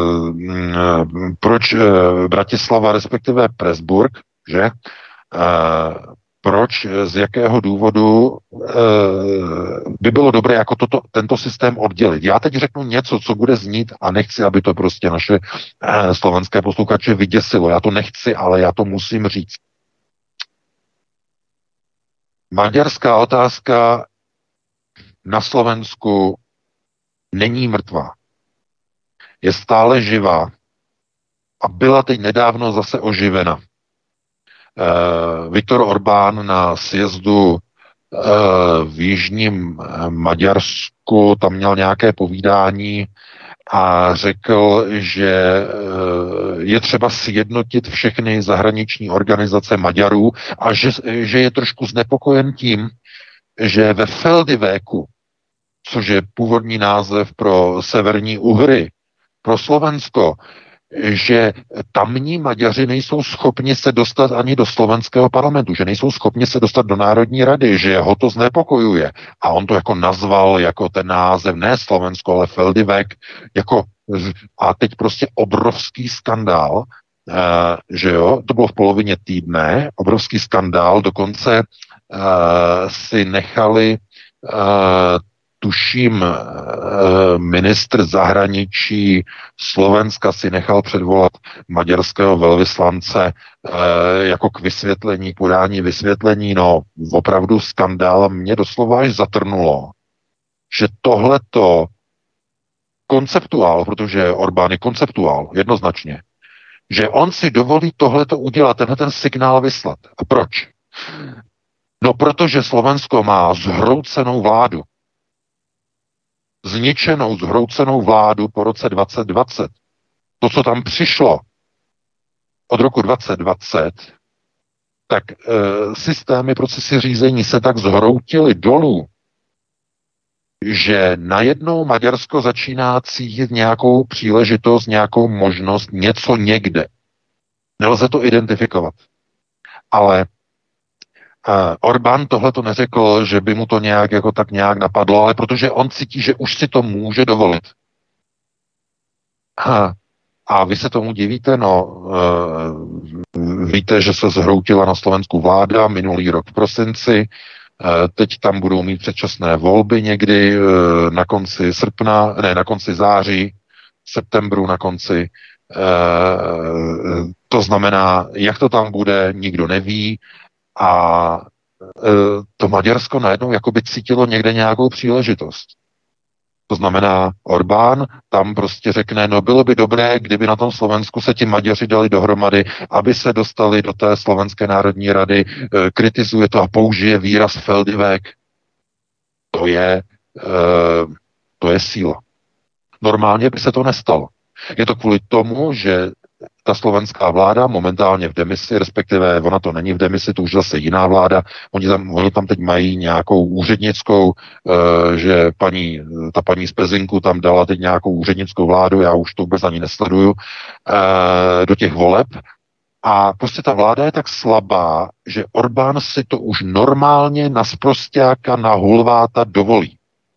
proč Bratislava, respektive Presburg, že? E, proč, z jakého důvodu e, by bylo dobré jako toto, tento systém oddělit. Já teď řeknu něco, co bude znít a nechci, aby to prostě naše e, slovenské posluchače vyděsilo. Já to nechci, ale já to musím říct. Maďarská otázka na Slovensku není mrtvá. Je stále živá a byla teď nedávno zase oživena. Viktor Orbán na sjezdu v jižním Maďarsku tam měl nějaké povídání a řekl, že je třeba sjednotit všechny zahraniční organizace Maďarů a že, že je trošku znepokojen tím, že ve Feldivéku, což je původní název pro severní Uhry, pro Slovensko, že tamní Maďaři nejsou schopni se dostat ani do slovenského parlamentu, že nejsou schopni se dostat do Národní rady, že ho to znepokojuje. A on to jako nazval jako ten název, ne Slovensko, ale Feldivek, jako, a teď prostě obrovský skandál, uh, že jo, to bylo v polovině týdne, obrovský skandál, dokonce uh, si nechali uh, tuším, ministr zahraničí Slovenska si nechal předvolat maďarského velvyslance jako k vysvětlení, k podání vysvětlení. No, opravdu skandál mě doslova až zatrnulo, že tohleto konceptuál, protože Orbán je konceptuál, jednoznačně, že on si dovolí tohleto udělat, tenhle ten signál vyslat. A proč? No, protože Slovensko má zhroucenou vládu, zničenou, zhroucenou vládu po roce dvacet dvacet. To, co tam přišlo od roku dvacet dvacet, tak e, systémy, procesy řízení se tak zhroutily dolů, že najednou Maďarsko začíná cítit nějakou příležitost, nějakou možnost, něco někde. Nelze to identifikovat. Ale uh, Orbán tohle to neřekl, že by mu to nějak jako tak nějak napadlo, ale protože on cítí, že už si to může dovolit. Ha. A vy se tomu divíte, no, uh, víte, že se zhroutila na Slovensku vláda minulý rok v prosinci, uh, teď tam budou mít předčasné volby někdy uh, na konci srpna, ne, na konci září, septembru na konci. Uh, to znamená, jak to tam bude, nikdo neví a uh, to Maďarsko najednou jakoby cítilo někde nějakou příležitost. To znamená, Orbán tam prostě řekne, no bylo by dobré, kdyby na tom Slovensku se ti Maďaři dali dohromady, aby se dostali do té Slovenské národní rady, uh, kritizuje to a použije výraz Feldivek. To je, uh, to je síla. Normálně by se to nestalo. Je to kvůli tomu, že ta slovenská vláda momentálně v demisi, respektive ona to není v demisi, to už zase jiná vláda, oni tam, oni tam teď mají nějakou úřednickou, uh, že paní, ta paní z Pezinku tam dala teď nějakou úřednickou vládu, já už to vůbec ani nesleduju, uh, do těch voleb. A prostě ta vláda je tak slabá, že Orbán si to už normálně na sprosťáka, na hulváta dovolí.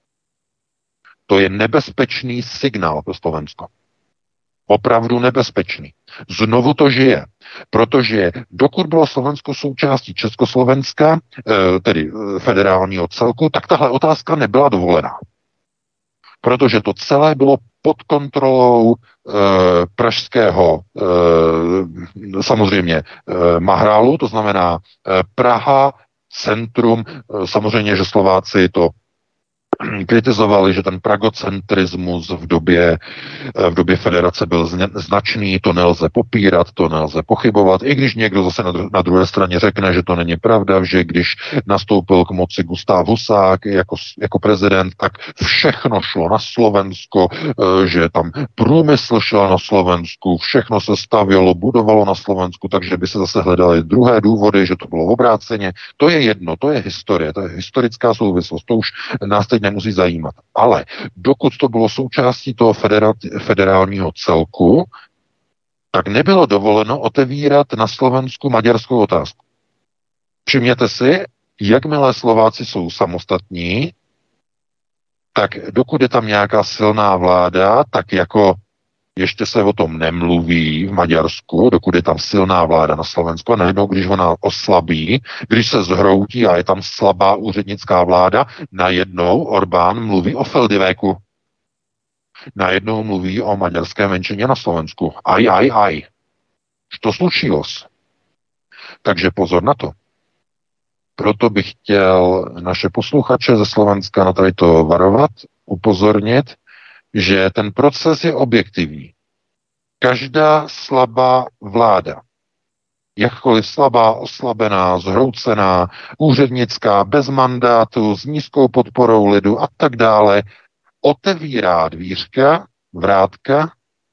To je nebezpečný signál pro Slovensko. Opravdu nebezpečný. Znovu to žije, protože dokud bylo Slovensko součástí Československa, tedy federálního celku, tak tahle otázka nebyla dovolená. Protože to celé bylo pod kontrolou eh, pražského, eh, samozřejmě eh, Mahrálu, to znamená eh, Praha, centrum, eh, samozřejmě, že Slováci to kritizovali, že ten pragocentrismus v době, v době federace byl značný, to nelze popírat, to nelze pochybovat, i když někdo zase na, dru- na druhé straně řekne, že to není pravda, že když nastoupil k moci Gustáv Husák jako, jako prezident, tak všechno šlo na Slovensko, že tam průmysl šel na Slovensku, všechno se stavělo, budovalo na Slovensku, takže by se zase hledaly druhé důvody, že to bylo obráceně. To je jedno, to je historie, to je historická souvislost, to už nás teď nemusí zajímat. Ale dokud to bylo součástí toho federat- federálního celku, tak nebylo dovoleno otevírat na Slovensku maďarskou otázku. Všimněte si, jakmile Slováci jsou samostatní, tak dokud je tam nějaká silná vláda, tak jako ještě se o tom nemluví v Maďarsku, dokud je tam silná vláda na Slovensku, a najednou, když ona oslabí, když se zhroutí a je tam slabá úřednická vláda, najednou Orbán mluví o Feldivéku. Najednou mluví o maďarské menšině na Slovensku. Aj, aj, aj. To slučilo. Takže pozor na to. Proto bych chtěl naše posluchače ze Slovenska na tady to varovat, upozornit, že ten proces je objektivní. Každá slabá vláda, jakkoliv slabá, oslabená, zhroucená, úřednická, bez mandátu, s nízkou podporou lidu a tak dále, otevírá dvířka, vrátka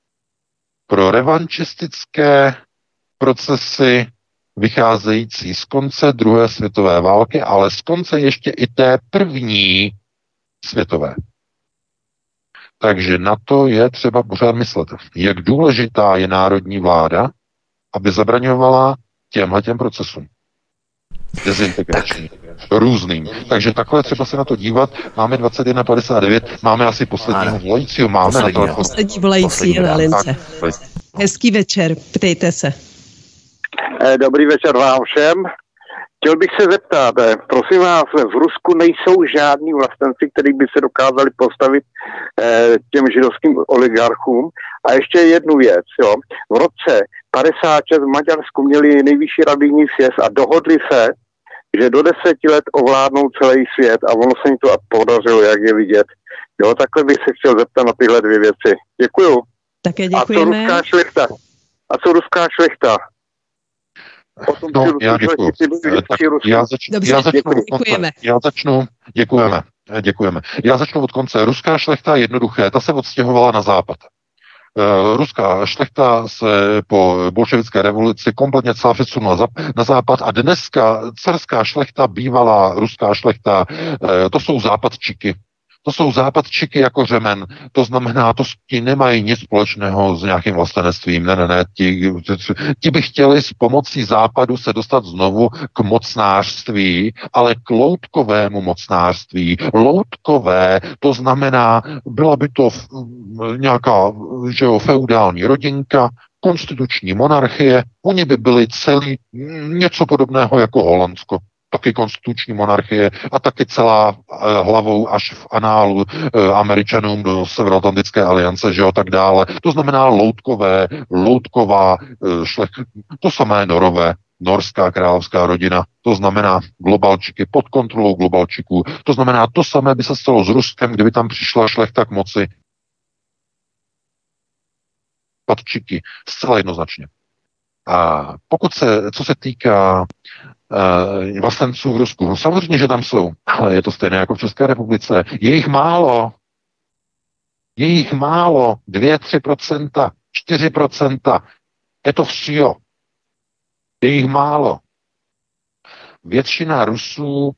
pro revančistické procesy vycházející z konce druhé světové války, ale z konce ještě i té první světové. Takže na to je třeba pořád myslet. Jak důležitá je národní vláda, aby zabraňovala těmhletěm procesům. Dezintegrační. Různým. Takže takhle třeba se na to dívat. Máme dvacet jedna padesát devět, máme asi posledního volajícího. Máme posledního. Na to poslední volající je na lince. Hezký večer, ptejte se. Dobrý večer vám všem. Chtěl bych se zeptat, prosím vás, v Rusku nejsou žádní vlastenci, kteří by se dokázali postavit eh, těm židovským oligarchům. A ještě jednu věc, jo. V roce padesát šest v Maďarsku měli nejvyšší rabíní sjezd a dohodli se, že do deseti let ovládnou celý svět a ono se jim to podařilo, jak je vidět. Jo, takhle bych se chtěl zeptat na tyhle dvě věci. Děkuju. Také děkujeme. A co ruská šlechta? A co ruská šlechta? No, já děkuju. Já, zač, Dobře, já, začnu děkujeme. já začnu, děkujeme, děkujeme. Já začnu od konce. Ruská šlechta je jednoduché, ta se odstěhovala na západ. ruská šlechta se po bolševické revoluci kompletně celá přesunula na západ a dneska carská šlechta, bývalá ruská šlechta, to jsou západčíky. To jsou západčíky jako řemen. To znamená, to ti nemají nic společného s nějakým vlastenectvím. Ne, ne, ne. Ti, ti by chtěli s pomocí západu se dostat znovu k mocnářství, ale k loutkovému mocnářství. Loutkové, to znamená, byla by to nějaká, že jo, feudální rodinka, konstituční monarchie, oni by byli celý něco podobného jako Holandsko. Taky konstituční monarchie a taky celá hlavou až v análu Američanům do Severoatlantické aliance, že jo, tak dále. To znamená loutkové, loutková šlech, to samé Norové, norská královská rodina, to znamená globalčiky pod kontrolou globalčiků. To znamená, to samé by se stalo s Ruskem, kdyby tam přišla šlechta k moci. Patčiky, zcela jednoznačně. A pokud se, co se týká uh, vlastenců v Rusku, no samozřejmě, že tam jsou, ale je to stejné jako v České republice. Je jich málo. Je jich málo. Dvě, tři procenta, čtyři procenta. Je to všio. Je jich málo. Většina Rusů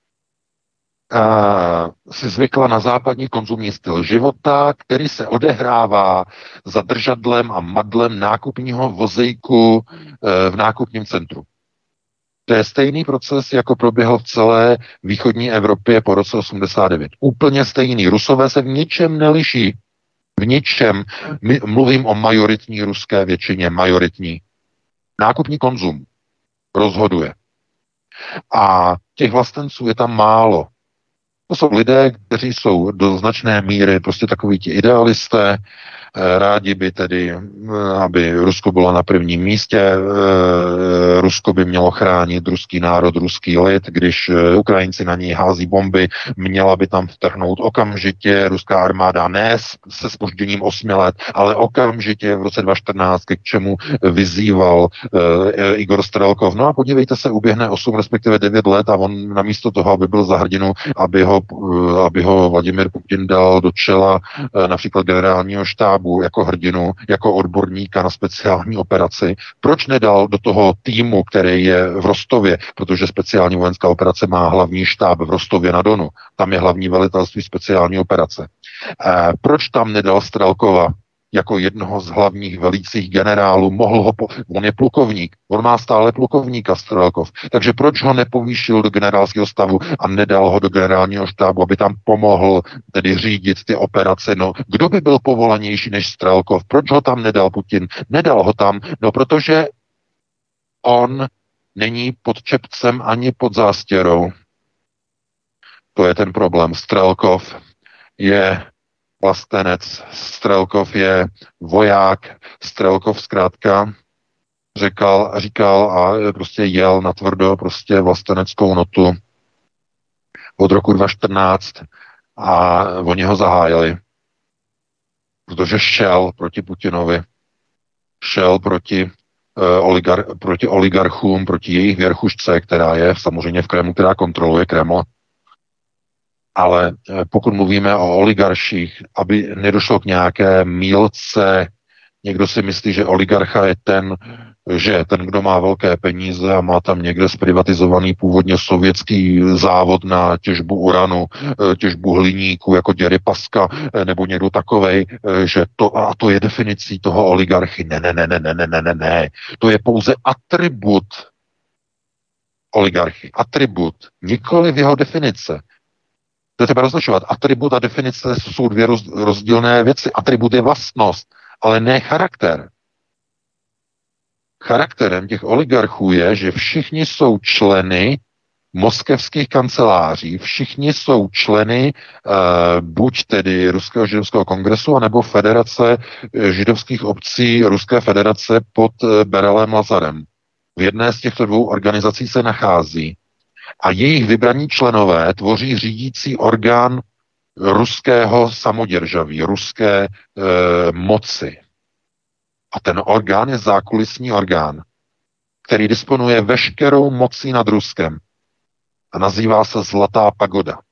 Uh, si zvykla na západní konzumní styl života, který se odehrává za držadlem a madlem nákupního vozejku uh, v nákupním centru. To je stejný proces, jako proběhl v celé východní Evropě po roce osmdesát devět. Úplně stejný. Rusové se v ničem neliší. V ničem. My mluvím o majoritní ruské většině. Majoritní. Nákupní konzum rozhoduje. A těch vlastenců je tam málo. To jsou lidé, kteří jsou do značné míry prostě takoví ti idealisté, rádi by tedy, aby Rusko bylo na prvním místě, Rusko by mělo chránit ruský národ, ruský lid, když Ukrajinci na něj hází bomby, měla by tam vtrhnout okamžitě ruská armáda, ne se zpožděním osmi let, ale okamžitě v roce dva tisíce čtrnáct, k čemu vyzýval Igor Strelkov. No a podívejte se, uběhne osm, respektive devět let a on namísto toho, aby byl za hrdinu, aby ho, aby ho Vladimir Putin dal do čela například generálního štábu jako hrdinu, jako odborníka na speciální operaci. Proč nedal do toho týmu, který je v Rostově, protože speciální vojenská operace má hlavní štáb v Rostově na Donu. Tam je hlavní velitelství speciální operace. E, proč tam nedal Strelkova jako jednoho z hlavních velících generálů? Mohl ho, po... on je plukovník, on má stále plukovníka Strelkov, takže proč ho nepovýšil do generálského stavu a nedal ho do generálního štábu, aby tam pomohl tedy řídit ty operace? No, kdo by byl povolanější než Strelkov? Proč ho tam nedal Putin? Nedal ho tam, no protože on není pod čepcem ani pod zástěrou. To je ten problém. Strelkov je vlastenec, Strelkov je voják, Strelkov zkrátka řekal, říkal a prostě jel natvrdo prostě vlasteneckou notu od roku dva tisíce čtrnáct a oni ho zahájili, protože šel proti Putinovi, šel proti, uh, oligar, proti oligarchům, proti jejich věrchušce, která je samozřejmě v Kremlu, která kontroluje Kreml. Ale pokud mluvíme o oligarších, aby nedošlo k nějaké mýlce, někdo si myslí, že oligarcha je ten, že ten, kdo má velké peníze a má tam někde zprivatizovaný původně sovětský závod na těžbu uranu, těžbu hliníku jako Děrypaska, nebo někdo takovej, že to, a to je definicí toho oligarchy. Ne, ne, ne, ne, ne, ne, ne, ne. To je pouze atribut oligarchy. Atribut, nikoli v jeho definice. To je třeba rozlišovat. Atribut a definice jsou dvě roz, rozdílné věci. Atribut je vlastnost, ale ne charakter. Charakterem těch oligarchů je, že všichni jsou členy moskevských kanceláří, všichni jsou členy uh, buď tedy Ruského židovského kongresu, anebo Federace židovských obcí Ruské federace pod uh, Berelem Lazarem. V jedné z těchto dvou organizací se nachází. A jejich vybraní členové tvoří řídící orgán ruského samoděržaví, ruské e, moci. A ten orgán je zákulisní orgán, který disponuje veškerou mocí nad Ruskem. A nazývá se Zlatá pagoda.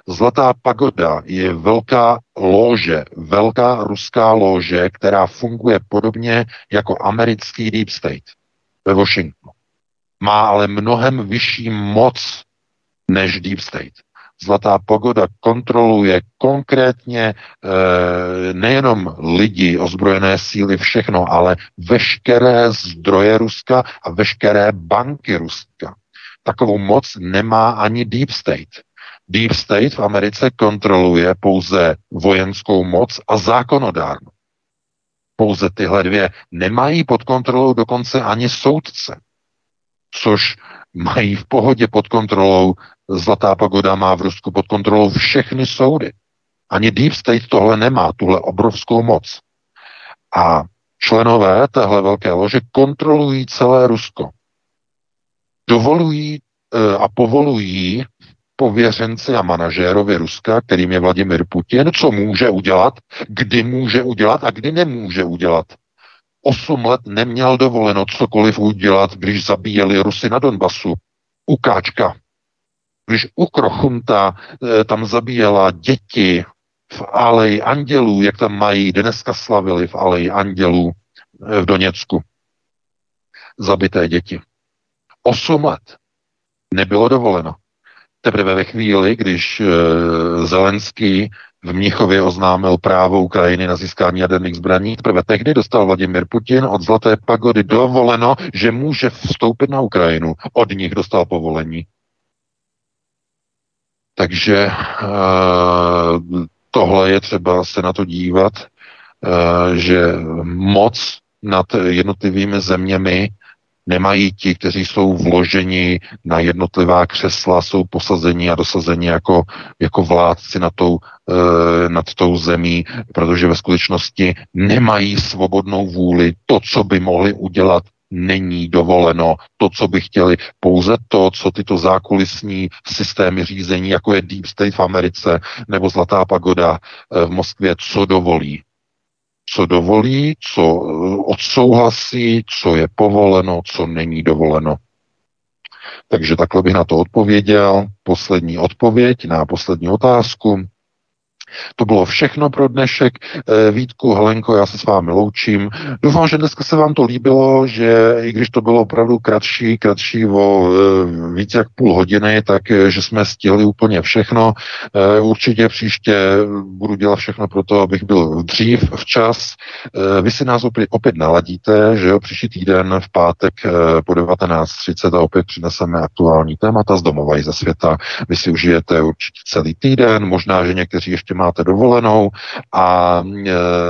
Zlatá pagoda je velká lóže, velká ruská lóže, která funguje podobně jako americký Deep State ve Washingtonu. Má ale mnohem vyšší moc než Deep State. Zlatá pagoda kontroluje konkrétně e, nejenom lidi, ozbrojené síly, všechno, ale veškeré zdroje Ruska a veškeré banky Ruska. Takovou moc nemá ani Deep State. Deep State v Americe kontroluje pouze vojenskou moc a zákonodárnou. Pouze tyhle dvě nemají pod kontrolou dokonce ani soudce, což mají v pohodě pod kontrolou. Zlatá pagoda má v Rusku pod kontrolou všechny soudy. Ani Deep State tohle nemá, tuhle obrovskou moc. A členové téhle velké lože kontrolují celé Rusko. Dovolují e, a povolují pověřenci a manažérovi Ruska, kterým je Vladimir Putin, co může udělat, kdy může udělat a kdy nemůže udělat. Osm let neměl dovoleno cokoliv udělat, když zabíjeli Rusy na Donbasu. Ukáčka. Když Ukrochunta e, tam zabíjela děti v Aleji andělů, jak tam mají, dneska slavili v Aleji andělů e, v Doněcku. Zabité děti. Osm let nebylo dovoleno. Teprve ve chvíli, když e, Zelenský v Mnichově oznámil právo Ukrajiny na získání jaderných zbraní, teprve tehdy dostal Vladimir Putin od Zlaté pagody dovoleno, že může vstoupit na Ukrajinu. Od nich dostal povolení. Takže e, tohle je třeba se na to dívat, e, že moc nad jednotlivými zeměmi nemají ti, kteří jsou vloženi na jednotlivá křesla, jsou posazeni a dosazeni jako, jako vládci nad tou, e, nad tou zemí, protože ve skutečnosti nemají svobodnou vůli. To, co by mohli udělat, není dovoleno. To, co by chtěli, pouze to, co tyto zákulisní systémy řízení, jako je Deep State v Americe nebo Zlatá pagoda v Moskvě, co dovolí. Co dovolí, co odsouhlasí, co je povoleno, co není dovoleno. Takže takhle bych na to odpověděl. Poslední odpověď na poslední otázku. To bylo všechno pro dnešek. Vítku, Helenko, já se s vámi loučím. Doufám, že dneska se vám to líbilo, že i když to bylo opravdu kratší, kratší o víc jak půl hodiny, tak že jsme stihli úplně všechno. Určitě příště budu dělat všechno pro to, abych byl dřív, včas. Vy si nás opět, opět naladíte, že jo, příští týden v pátek po devatenáct třicet a opět přineseme aktuální témata z domova i ze světa. Vy si užijete určitě celý týden, možná, že někteří ještě máte dovolenou a e,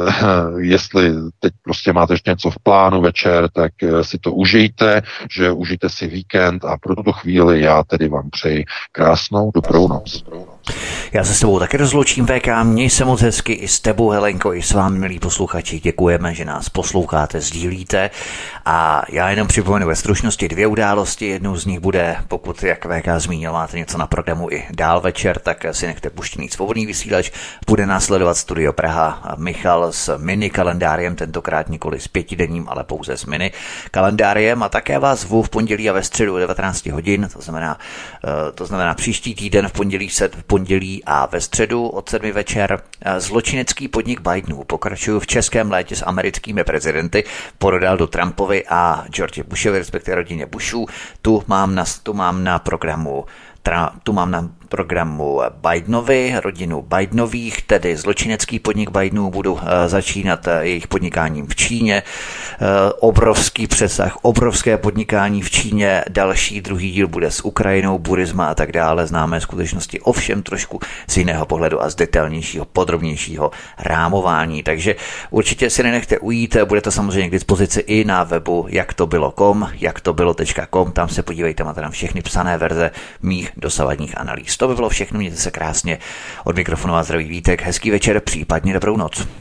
jestli teď prostě máte ještě něco v plánu večer, tak e, si to užijte, že užijte si víkend a pro tuto chvíli já tedy vám přeji krásnou dobrou noc. Já se s tebou taky rozloučím, V K, měj se moc hezky, i s tebou, Helenko, i s vámi, milí posluchači, děkujeme, že nás posloucháte, sdílíte a já jenom připomenu ve stručnosti dvě události, jednou z nich bude, pokud, jak V K zmínil, máte něco na programu i dál večer, tak si nechte puštěný svobodný vysílač, bude následovat Studio Praha a Michal s mini kalendáriem, tentokrát nikoli s pětidenním, ale pouze s mini kalendáriem a také vás zvu v pondělí a ve středu devatenáct hodin, to znamená, to znamená příští týden v pondělí set v pondělí a ve středu od sedmi večer. Zločinecký podnik Bidenů pokračují v českém létě s americkými prezidenty po Donaldu Trumpovi a George Bushovi, respektive rodině Bushů. Tu mám na, tu mám na programu Tra, tu mám na programu Bidenovi, rodinu Bidenových, tedy zločinecký podnik Bidenů, budu uh, začínat uh, jejich podnikáním v Číně. Uh, obrovský přesah, obrovské podnikání v Číně, další druhý díl bude s Ukrajinou, Burisma a tak dále, známé skutečnosti, ovšem trošku z jiného pohledu a z detailnějšího, podrobnějšího rámování. Takže určitě si nenechte ujít, bude to samozřejmě k dispozici i na webu jak to bylo tečka com, jak to bylo tečka com, tam se podívejte, máte tam všechny psané verze mých dosavadních analýz. To by bylo všechno, mějte se krásně. Od mikrofonu a zdraví Vítek, hezký večer, případně dobrou noc.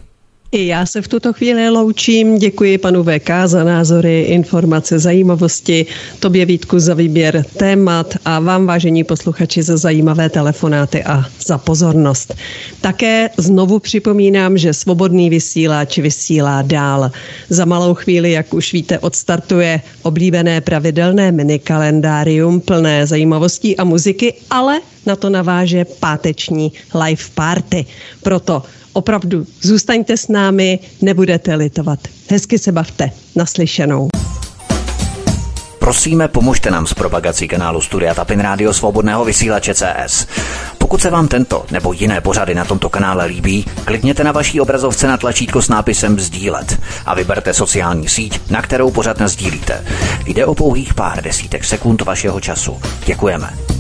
I já se v tuto chvíli loučím. Děkuji panu V K za názory, informace, zajímavosti, tobě Vítku za výběr témat a vám, vážení posluchači, za zajímavé telefonáty a za pozornost. Také znovu připomínám, že Svobodný vysílač vysílá dál. Za malou chvíli, jak už víte, odstartuje oblíbené pravidelné minikalendárium plné zajímavostí a muziky, ale na to naváže páteční live party. Proto opravdu zůstaňte s námi, nebudete litovat. Hezky se bavte. Naslyšenou. Prosíme, pomožte nám s propagací kanálu Studia Tapin Rádio Svobodného vysílače C S. Pokud se vám tento nebo jiné pořady na tomto kanále líbí, klikněte na vaší obrazovce na tlačítko s nápisem sdílet a vyberte sociální síť, na kterou pořad nasdílíte. Jde o pouhých pár desítek sekund vašeho času. Děkujeme.